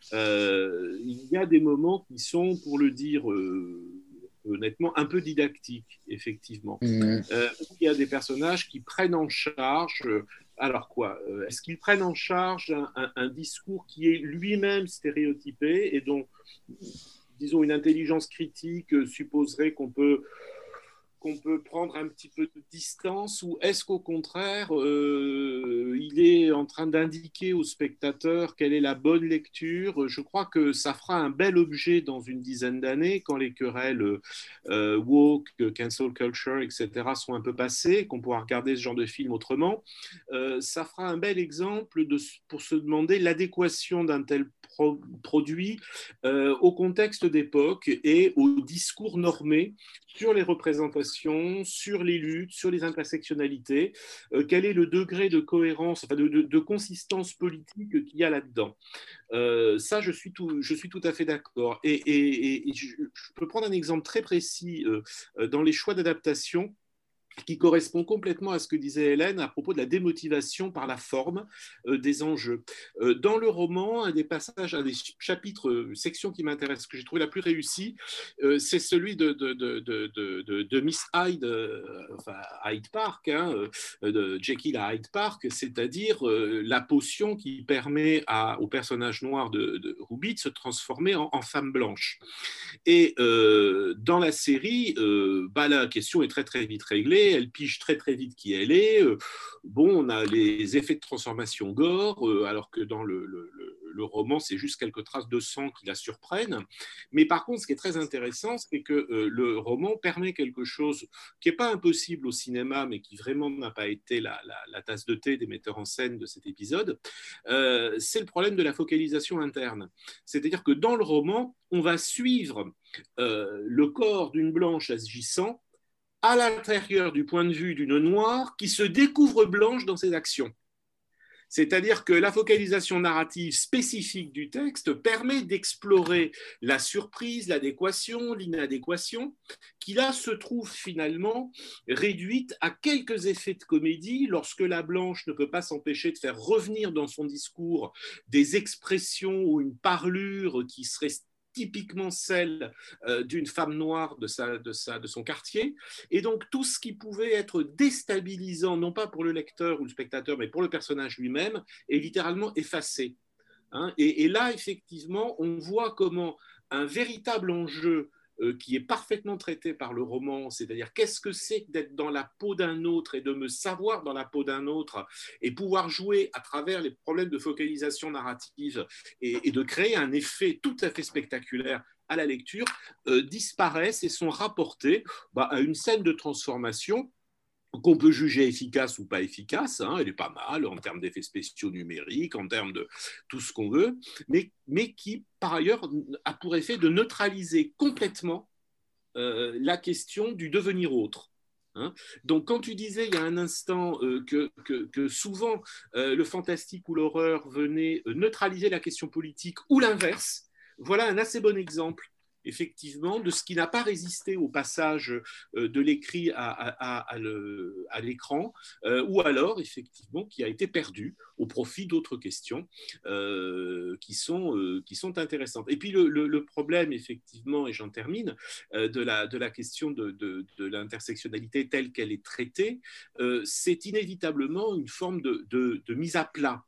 il y a des moments qui sont, pour le dire honnêtement, un peu didactiques, effectivement. Il y a des personnages qui prennent en charge... alors quoi, est-ce qu'ils prennent en charge un discours qui est lui-même stéréotypé et dont, disons, une intelligence critique supposerait qu'on peut prendre un petit peu de distance, ou est-ce qu'au contraire, il est en train d'indiquer au spectateur quelle est la bonne lecture? Je crois que ça fera un bel objet dans une dizaine d'années, quand les querelles woke, cancel culture, etc. seront un peu passées, qu'on pourra regarder ce genre de film autrement. Ça fera un bel exemple pour se demander l'adéquation d'un tel produit au contexte d'époque et au discours normé sur les représentations, sur les luttes, sur les intersectionnalités, quel est le degré de cohérence, enfin de consistance politique qu'il y a là-dedans. Ça, je suis tout à fait d'accord. Et je peux prendre un exemple très précis dans les choix d'adaptation, qui correspond complètement à ce que disait Hélène à propos de la démotivation par la forme des enjeux. Dans le roman, un des passages, un des chapitres, sections qui m'intéresse, que j'ai trouvé la plus réussie, c'est celui de Miss Hyde, enfin Hyde Park, de Jekyll à Hyde Park, c'est-à-dire la potion qui permet au personnage noir de Ruby de se transformer en femme blanche. Et dans la série, la question est très très vite réglée. Elle pige très très vite qui elle est. On a les effets de transformation gore, alors que dans le roman, c'est juste quelques traces de sang qui la surprennent. Mais par contre, ce qui est très intéressant, c'est que le roman permet quelque chose qui n'est pas impossible au cinéma, mais qui vraiment n'a pas été la tasse de thé des metteurs en scène de cet épisode. C'est le problème de la focalisation interne. C'est-à-dire que dans le roman, on va suivre le corps d'une blanche agissant à l'intérieur du point de vue d'une noire qui se découvre blanche dans ses actions. C'est-à-dire que la focalisation narrative spécifique du texte permet d'explorer la surprise, l'adéquation, l'inadéquation, qui là se trouve finalement réduite à quelques effets de comédie lorsque la Blanche ne peut pas s'empêcher de faire revenir dans son discours des expressions ou une parlure qui serait typiquement celle d'une femme noire de son quartier. Et donc, tout ce qui pouvait être déstabilisant, non pas pour le lecteur ou le spectateur, mais pour le personnage lui-même, est littéralement effacé. Hein. Et là, effectivement, on voit comment un véritable enjeu qui est parfaitement traité par le roman, c'est-à-dire qu'est-ce que c'est d'être dans la peau d'un autre et de me savoir dans la peau d'un autre et pouvoir jouer à travers les problèmes de focalisation narrative et de créer un effet tout à fait spectaculaire à la lecture, disparaissent et sont rapportés à une scène de transformation qu'on peut juger efficace ou pas efficace, hein, elle est pas mal en termes d'effets spéciaux numériques, en termes de tout ce qu'on veut, mais qui, par ailleurs, a pour effet de neutraliser complètement la question du devenir autre. Hein. Donc, quand tu disais il y a un instant que souvent le fantastique ou l'horreur venait neutraliser la question politique ou l'inverse, voilà un assez bon exemple effectivement, de ce qui n'a pas résisté au passage de l'écrit à l'écran, ou alors, effectivement, qui a été perdu au profit d'autres questions qui sont intéressantes. Et puis, le problème, effectivement, et j'en termine, de la question de l'intersectionnalité telle qu'elle est traitée, c'est inévitablement une forme de mise à plat.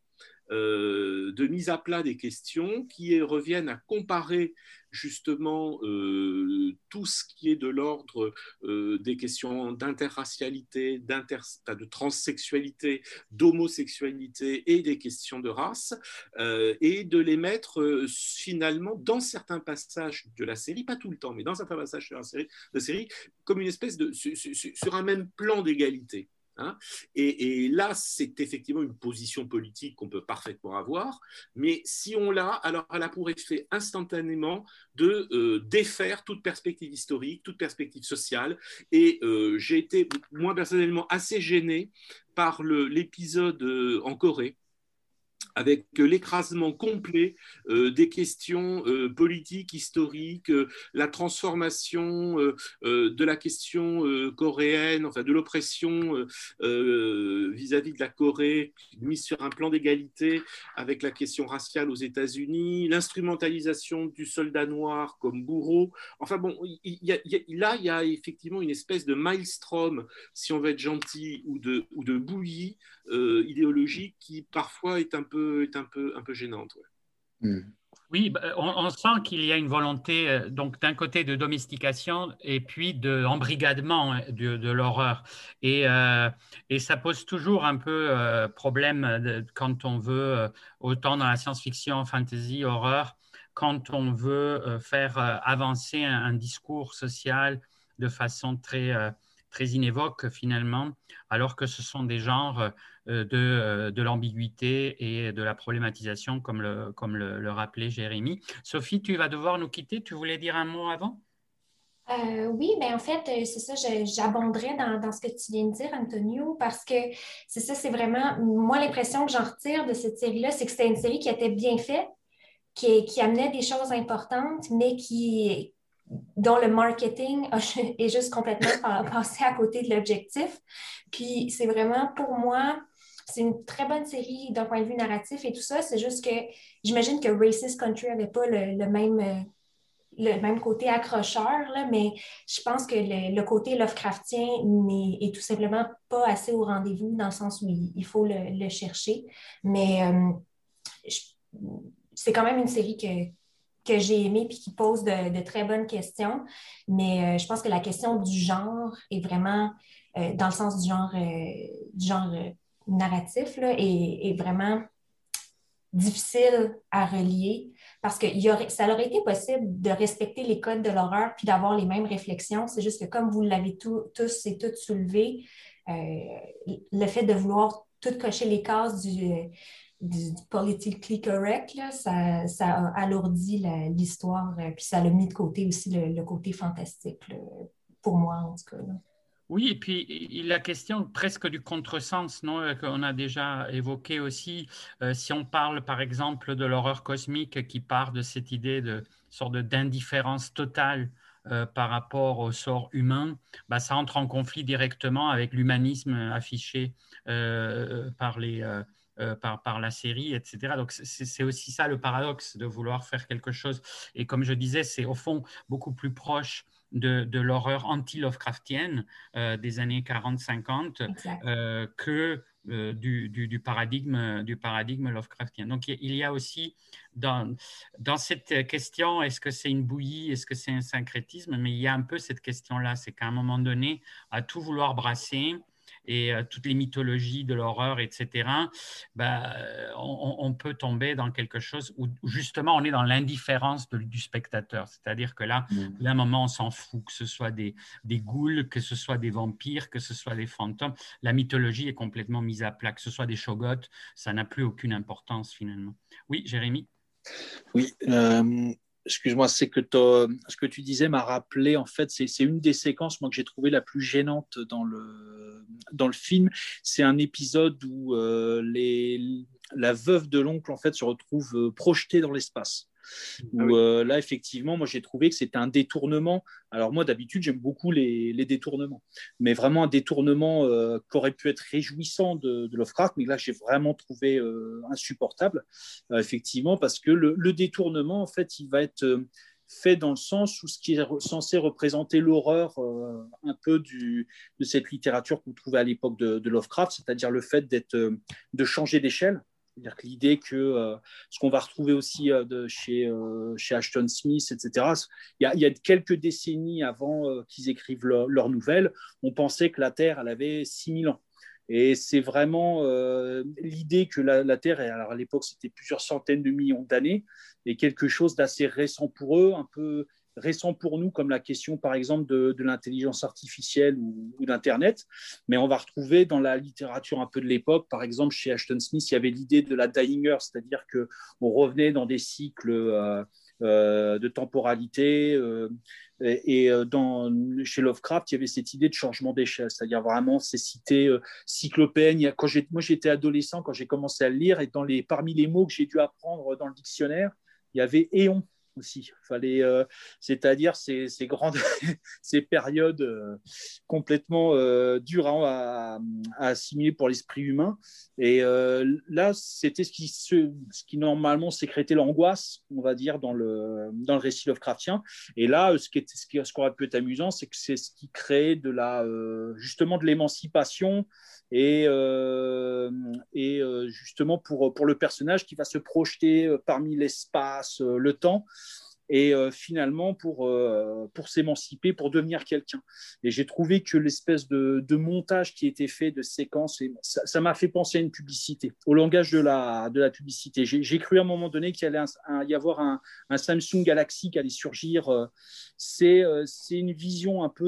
De mise à plat des questions qui reviennent à comparer justement tout ce qui est de l'ordre des questions d'interracialité, de transsexualité, d'homosexualité et des questions de race, et de les mettre finalement dans certains passages de la série, pas tout le temps, mais dans certains passages de la série comme une espèce sur un même plan d'égalité. Hein, et là, c'est effectivement une position politique qu'on peut parfaitement avoir, mais si on l'a, alors elle a pour effet instantanément de défaire toute perspective historique, toute perspective sociale. Et j'ai été, moi personnellement, assez gêné par l'épisode en Corée, avec l'écrasement complet des questions politiques, historiques, la transformation de la question coréenne, enfin de l'oppression vis-à-vis de la Corée, mise sur un plan d'égalité avec la question raciale aux États-Unis, l'instrumentalisation du soldat noir comme bourreau. Enfin bon, là, il y a effectivement une espèce de maelstrom, si on veut être gentil, ou de bouillie idéologique qui parfois est un peu gênante. Ouais. Oui, on sent qu'il y a une volonté donc d'un côté de domestication et puis d'embrigadement de l'horreur. Et ça pose toujours un peu problème quand on veut, autant dans la science-fiction, fantasy, horreur, quand on veut faire avancer un discours social de façon très inévoque finalement, alors que ce sont des genres de l'ambiguïté et de la problématisation, comme le rappelait Jérémy. Sophie, tu vas devoir nous quitter. Tu voulais dire un mot avant? Oui, en fait, c'est ça, j'abonderais dans ce que tu viens de dire, Antonio, parce que c'est ça, c'est vraiment, moi, l'impression que j'en retire de cette série-là, c'est que c'était une série qui était bien faite, qui amenait des choses importantes, mais dont le marketing est juste complètement passé à côté de l'objectif. Puis c'est vraiment, pour moi, c'est une très bonne série d'un point de vue narratif et tout ça. C'est juste que j'imagine que Racist Country n'avait pas le même côté accrocheur, là, mais je pense que le côté Lovecraftien est tout simplement pas assez au rendez-vous dans le sens où il faut le chercher. Mais c'est quand même une série que j'ai aimée et qui pose de très bonnes questions. Mais je pense que la question du genre est vraiment, dans le sens du genre narratif, là, est vraiment difficile à relier parce que ça aurait été possible de respecter les codes de l'horreur puis d'avoir les mêmes réflexions. C'est juste que comme vous l'avez tous et toutes soulevé, le fait de vouloir tout cocher les cases du politically correct, là, ça a alourdi l'histoire puis ça a mis de côté aussi le côté fantastique, là, pour moi en tout cas. Là. Oui, et puis la question presque du contresens, non, qu'on a déjà évoqué aussi, si on parle par exemple de l'horreur cosmique qui part de cette idée de sorte d'indifférence totale par rapport au sort humain, bah, ça entre en conflit directement avec l'humanisme affiché par la série, etc. Donc c'est aussi ça le paradoxe de vouloir faire quelque chose. Et comme je disais, c'est au fond beaucoup plus proche de l'horreur anti-Lovecraftienne des années 40-50 que du paradigme Lovecraftien. Donc il y a aussi dans cette question, est-ce que c'est une bouillie, est-ce que c'est un syncrétisme, mais il y a un peu cette question-là, c'est qu'à un moment donné, à tout vouloir brasser, et toutes les mythologies de l'horreur, etc., bah, on peut tomber dans quelque chose où justement on est dans l'indifférence du spectateur. C'est-à-dire que là, d'un moment, on s'en fout, que ce soit des ghouls, que ce soit des vampires, que ce soit des fantômes. La mythologie est complètement mise à plat, que ce soit des shoggoths, ça n'a plus aucune importance finalement. Oui, Jérémy? Oui, excuse-moi, c'est que ce que tu disais m'a rappelé, en fait, c'est une des séquences moi, que j'ai trouvé la plus gênante dans le film. C'est un épisode où la veuve de l'oncle, en fait, se retrouve projetée dans l'espace. Où là, effectivement, moi, j'ai trouvé que c'était un détournement. Alors moi, d'habitude, j'aime beaucoup les détournements, mais vraiment un détournement qui aurait pu être réjouissant de Lovecraft, mais là, j'ai vraiment trouvé insupportable, effectivement, parce que le détournement, en fait, il va être fait dans le sens où ce qui est censé représenter l'horreur un peu de cette littérature qu'on trouvait à l'époque de Lovecraft, c'est-à-dire le fait de changer d'échelle. C'est-à-dire que l'idée que ce qu'on va retrouver aussi chez Ashton Smith, etc., il y a quelques décennies avant qu'ils écrivent leurs nouvelles, on pensait que la Terre, elle avait 6000 ans. Et c'est vraiment l'idée que la Terre, alors à l'époque, c'était plusieurs centaines de millions d'années, et quelque chose d'assez récent pour eux, un peu récent pour nous, comme la question, par exemple, de l'intelligence artificielle ou d'Internet. Mais on va retrouver dans la littérature un peu de l'époque, par exemple, chez Ashton Smith, il y avait l'idée de la dying earth, c'est-à-dire qu'on revenait dans des cycles de temporalité. Chez Lovecraft, il y avait cette idée de changement d'échelle, c'est-à-dire vraiment ces cités cyclopéennes. Moi, j'étais adolescent, quand j'ai commencé à le lire, et parmi les mots que j'ai dû apprendre dans le dictionnaire, il y avait éon aussi. C'est-à-dire ces grandes, ces périodes complètement dures à assimiler pour l'esprit humain. Et là, c'était ce qui normalement sécrétait l'angoisse, on va dire, dans le récit Lovecraftien. Et là, ce qui aurait pu être amusant, c'est que c'est ce qui créait justement de l'émancipation et justement pour le personnage qui va se projeter parmi l'espace, le temps, et finalement pour s'émanciper, pour devenir quelqu'un. Et j'ai trouvé que l'espèce de montage qui était fait de séquences, ça m'a fait penser à une publicité, au langage de la publicité. J'ai cru à un moment donné qu'il allait y avoir un Samsung Galaxy qui allait surgir. C'est une vision un peu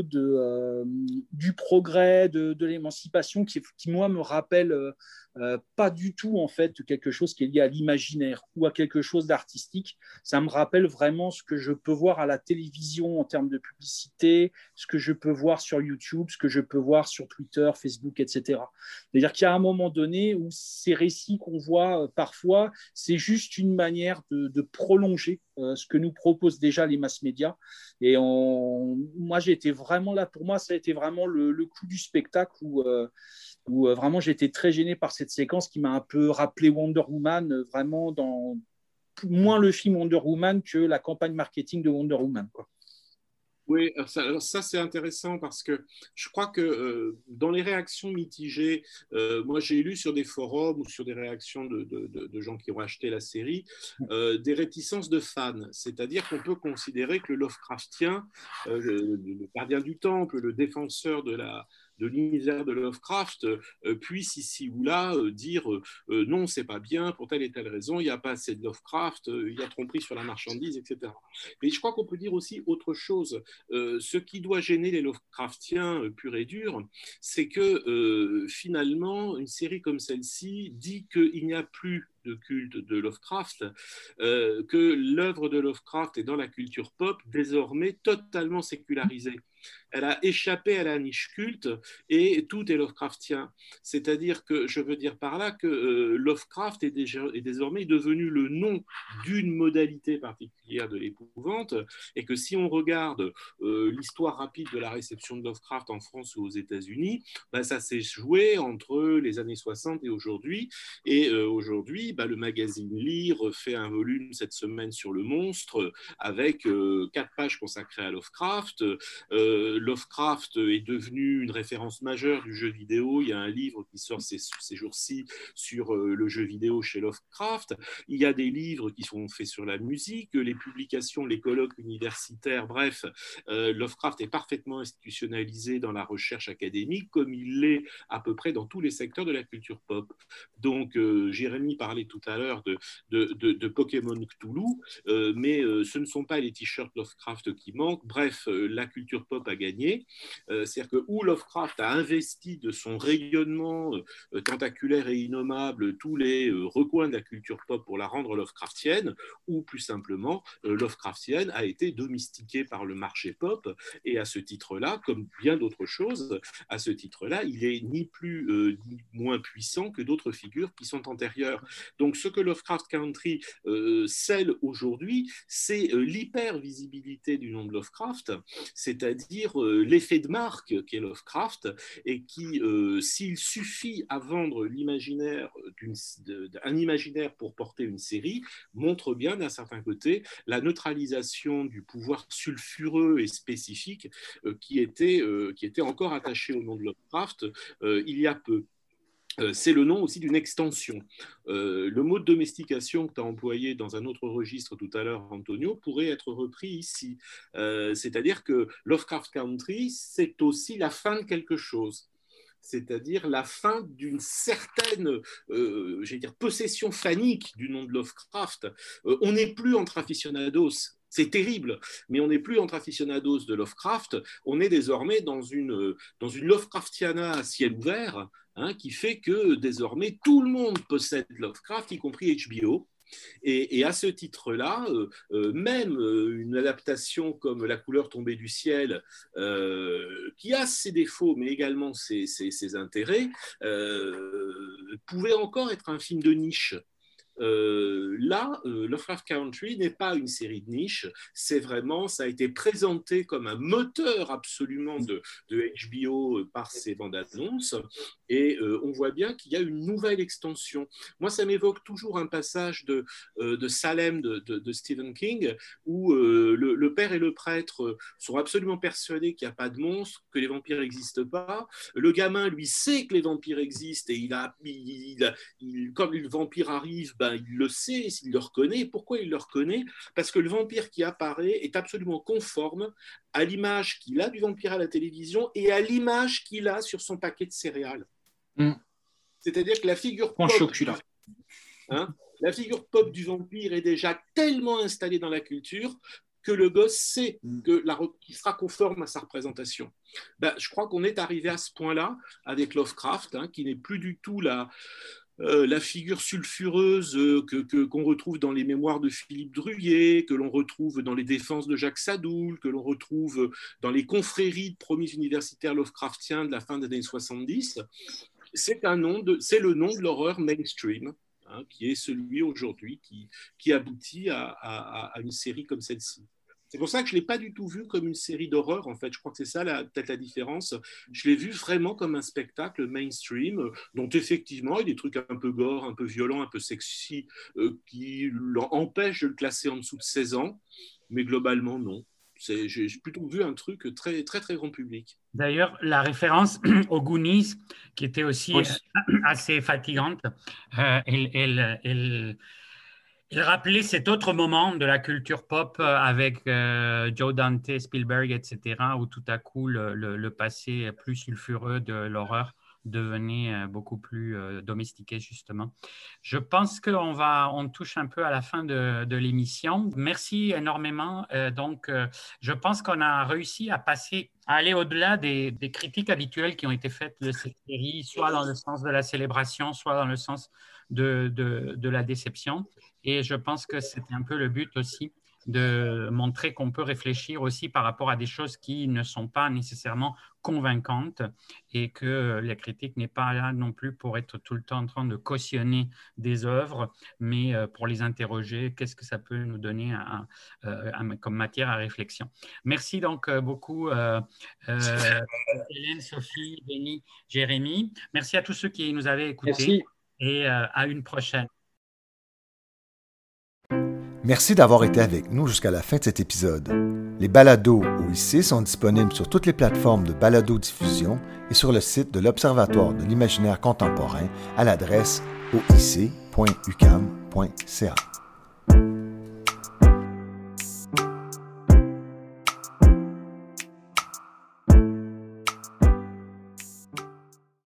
du progrès, de l'émancipation qui, moi, me rappelle pas du tout, en fait, quelque chose qui est lié à l'imaginaire ou à quelque chose d'artistique. Ça me rappelle vraiment ce que je peux voir à la télévision en termes de publicité, ce que je peux voir sur YouTube, ce que je peux voir sur Twitter, Facebook, etc. C'est-à-dire qu'il y a un moment donné où ces récits qu'on voit parfois, c'est juste une manière de prolonger ce que nous proposent déjà les mass médias. Et moi, j'ai été vraiment là, pour moi, ça a été vraiment le coup du spectacle où vraiment j'étais très gêné par cette séquence qui m'a un peu rappelé Wonder Woman, vraiment dans moins le film Wonder Woman que la campagne marketing de Wonder Woman, quoi. Oui, alors ça c'est intéressant parce que je crois que dans les réactions mitigées, moi j'ai lu sur des forums ou sur des réactions de gens qui ont acheté la série, des réticences de fans. C'est-à-dire qu'on peut considérer que le Lovecraftien, le gardien du temple, le défenseur de l'univers de Lovecraft puisse ici ou là dire non, c'est pas bien pour telle et telle raison, il n'y a pas assez de Lovecraft, il y a tromperie sur la marchandise, etc. Mais je crois qu'on peut dire aussi autre chose. Ce qui doit gêner les Lovecraftiens purs et durs, c'est que finalement, une série comme celle-ci dit qu'il n'y a plus de culte de Lovecraft, que l'œuvre de Lovecraft est dans la culture pop désormais totalement sécularisée. elle a échappé à la niche culte et tout est Lovecraftien. C'est-à-dire que je veux dire par là que Lovecraft est désormais devenu le nom d'une modalité particulière de l'épouvante et que si on regarde l'histoire rapide de la réception de Lovecraft en France ou aux États-Unis, ben, ça s'est joué entre les années 60 et aujourd'hui. Et aujourd'hui, ben, le magazine Lire fait un volume cette semaine sur le monstre avec 4 pages consacrées à Lovecraft. Lovecraft est devenu une référence majeure du jeu vidéo. Il y a un livre qui sort ces jours-ci sur le jeu vidéo chez Lovecraft. Il y a des livres qui sont faits sur la musique, les publications, les colloques universitaires, bref, Lovecraft est parfaitement institutionnalisé dans la recherche académique comme il l'est à peu près dans tous les secteurs de la culture pop. Donc, Jérémy parlait tout à l'heure de Pokémon Cthulhu, mais ce ne sont pas les t-shirts Lovecraft qui manquent. Bref, la culture pop a gagné. C'est-à-dire que où Lovecraft a investi de son rayonnement tentaculaire et innommable tous les recoins de la culture pop pour la rendre Lovecraftienne, ou plus simplement, Lovecraftienne a été domestiquée par le marché pop, et à ce titre-là, comme bien d'autres choses, à ce titre-là, il est ni plus ni moins puissant que d'autres figures qui sont antérieures. Donc ce que Lovecraft Country scelle aujourd'hui, c'est l'hyper-visibilité du nom de Lovecraft, c'est-à-dire l'effet de marque qu'est Lovecraft, et qui, s'il suffit à vendre l'imaginaire un imaginaire pour porter une série, montre bien d'un certain côté la neutralisation du pouvoir sulfureux et spécifique qui était encore attaché au nom de Lovecraft il y a peu. C'est le nom aussi d'une extension. Le mot de domestication que tu as employé dans un autre registre tout à l'heure, Antonio, pourrait être repris ici. C'est-à-dire que Lovecraft Country, c'est aussi la fin de quelque chose. C'est-à-dire la fin d'une certaine possession fanique du nom de Lovecraft. On n'est plus entre aficionados. C'est terrible, mais on n'est plus entre aficionados de Lovecraft, on est désormais dans une Lovecraftiana à ciel ouvert, qui fait que désormais tout le monde possède Lovecraft, y compris HBO. Et à ce titre-là, même une adaptation comme La couleur tombée du ciel, qui a ses défauts, mais également ses intérêts, pouvait encore être un film de niche. Lovecraft Country n'est pas une série de niche, c'est vraiment, ça a été présenté comme un moteur absolument de HBO par ses bandes annonces, et on voit bien qu'il y a une nouvelle extension. Moi, ça m'évoque toujours un passage de Salem de Stephen King, où le père et le prêtre sont absolument persuadés qu'il n'y a pas de monstre, que les vampires n'existent pas. Le gamin, lui, sait que les vampires existent, et quand le vampire arrive, il le sait, il le reconnaît. Pourquoi il le reconnaît? Parce que le vampire qui apparaît est absolument conforme à l'image qu'il a du vampire à la télévision et à l'image qu'il a sur son paquet de céréales. C'est-à-dire que la figure pop, la figure pop du vampire est déjà tellement installée dans la culture que le gosse sait qu'il sera conforme à sa représentation. Je crois qu'on est arrivé à ce point-là avec Lovecraft, qui n'est plus du tout la figure sulfureuse qu'on retrouve dans les mémoires de Philippe Druillet, que l'on retrouve dans les défenses de Jacques Sadoul, que l'on retrouve dans les confréries de promis universitaires Lovecraftiens de la fin des années 70. C'est le nom de l'horreur mainstream, qui est celui aujourd'hui qui aboutit à une série comme celle-ci. C'est pour ça que je ne l'ai pas du tout vu comme une série d'horreur, en fait. Je crois que c'est ça peut-être la différence. Je l'ai vu vraiment comme un spectacle mainstream, dont effectivement, il y a des trucs un peu gore, un peu violents, un peu sexy, qui empêchent de le classer en dessous de 16 ans. Mais globalement, non. J'ai plutôt vu un truc très, très, très grand public. D'ailleurs, la référence aux Goonies, qui était aussi assez fatigante, il rappelait cet autre moment de la culture pop avec Joe Dante, Spielberg, etc., où tout à coup le passé plus sulfureux de l'horreur devenait beaucoup plus domestiqué, justement. Je pense qu'on touche un peu à la fin de l'émission. Merci énormément. Je pense qu'on a réussi à aller au-delà des critiques habituelles qui ont été faites de cette série, soit dans le sens de la célébration, soit dans le sens de la déception. Et je pense que c'était un peu le but aussi de montrer qu'on peut réfléchir aussi par rapport à des choses qui ne sont pas nécessairement convaincantes et que la critique n'est pas là non plus pour être tout le temps en train de cautionner des œuvres, mais pour les interroger, qu'est-ce que ça peut nous donner comme matière à réflexion. Merci donc beaucoup Hélène, Sophie, Denis, Jérémy. Merci à tous ceux qui nous avaient écoutés. Merci. Et à une prochaine. Merci d'avoir été avec nous jusqu'à la fin de cet épisode. Les balados OIC sont disponibles sur toutes les plateformes de balado-diffusion et sur le site de l'Observatoire de l'imaginaire contemporain à l'adresse oic.uqam.ca.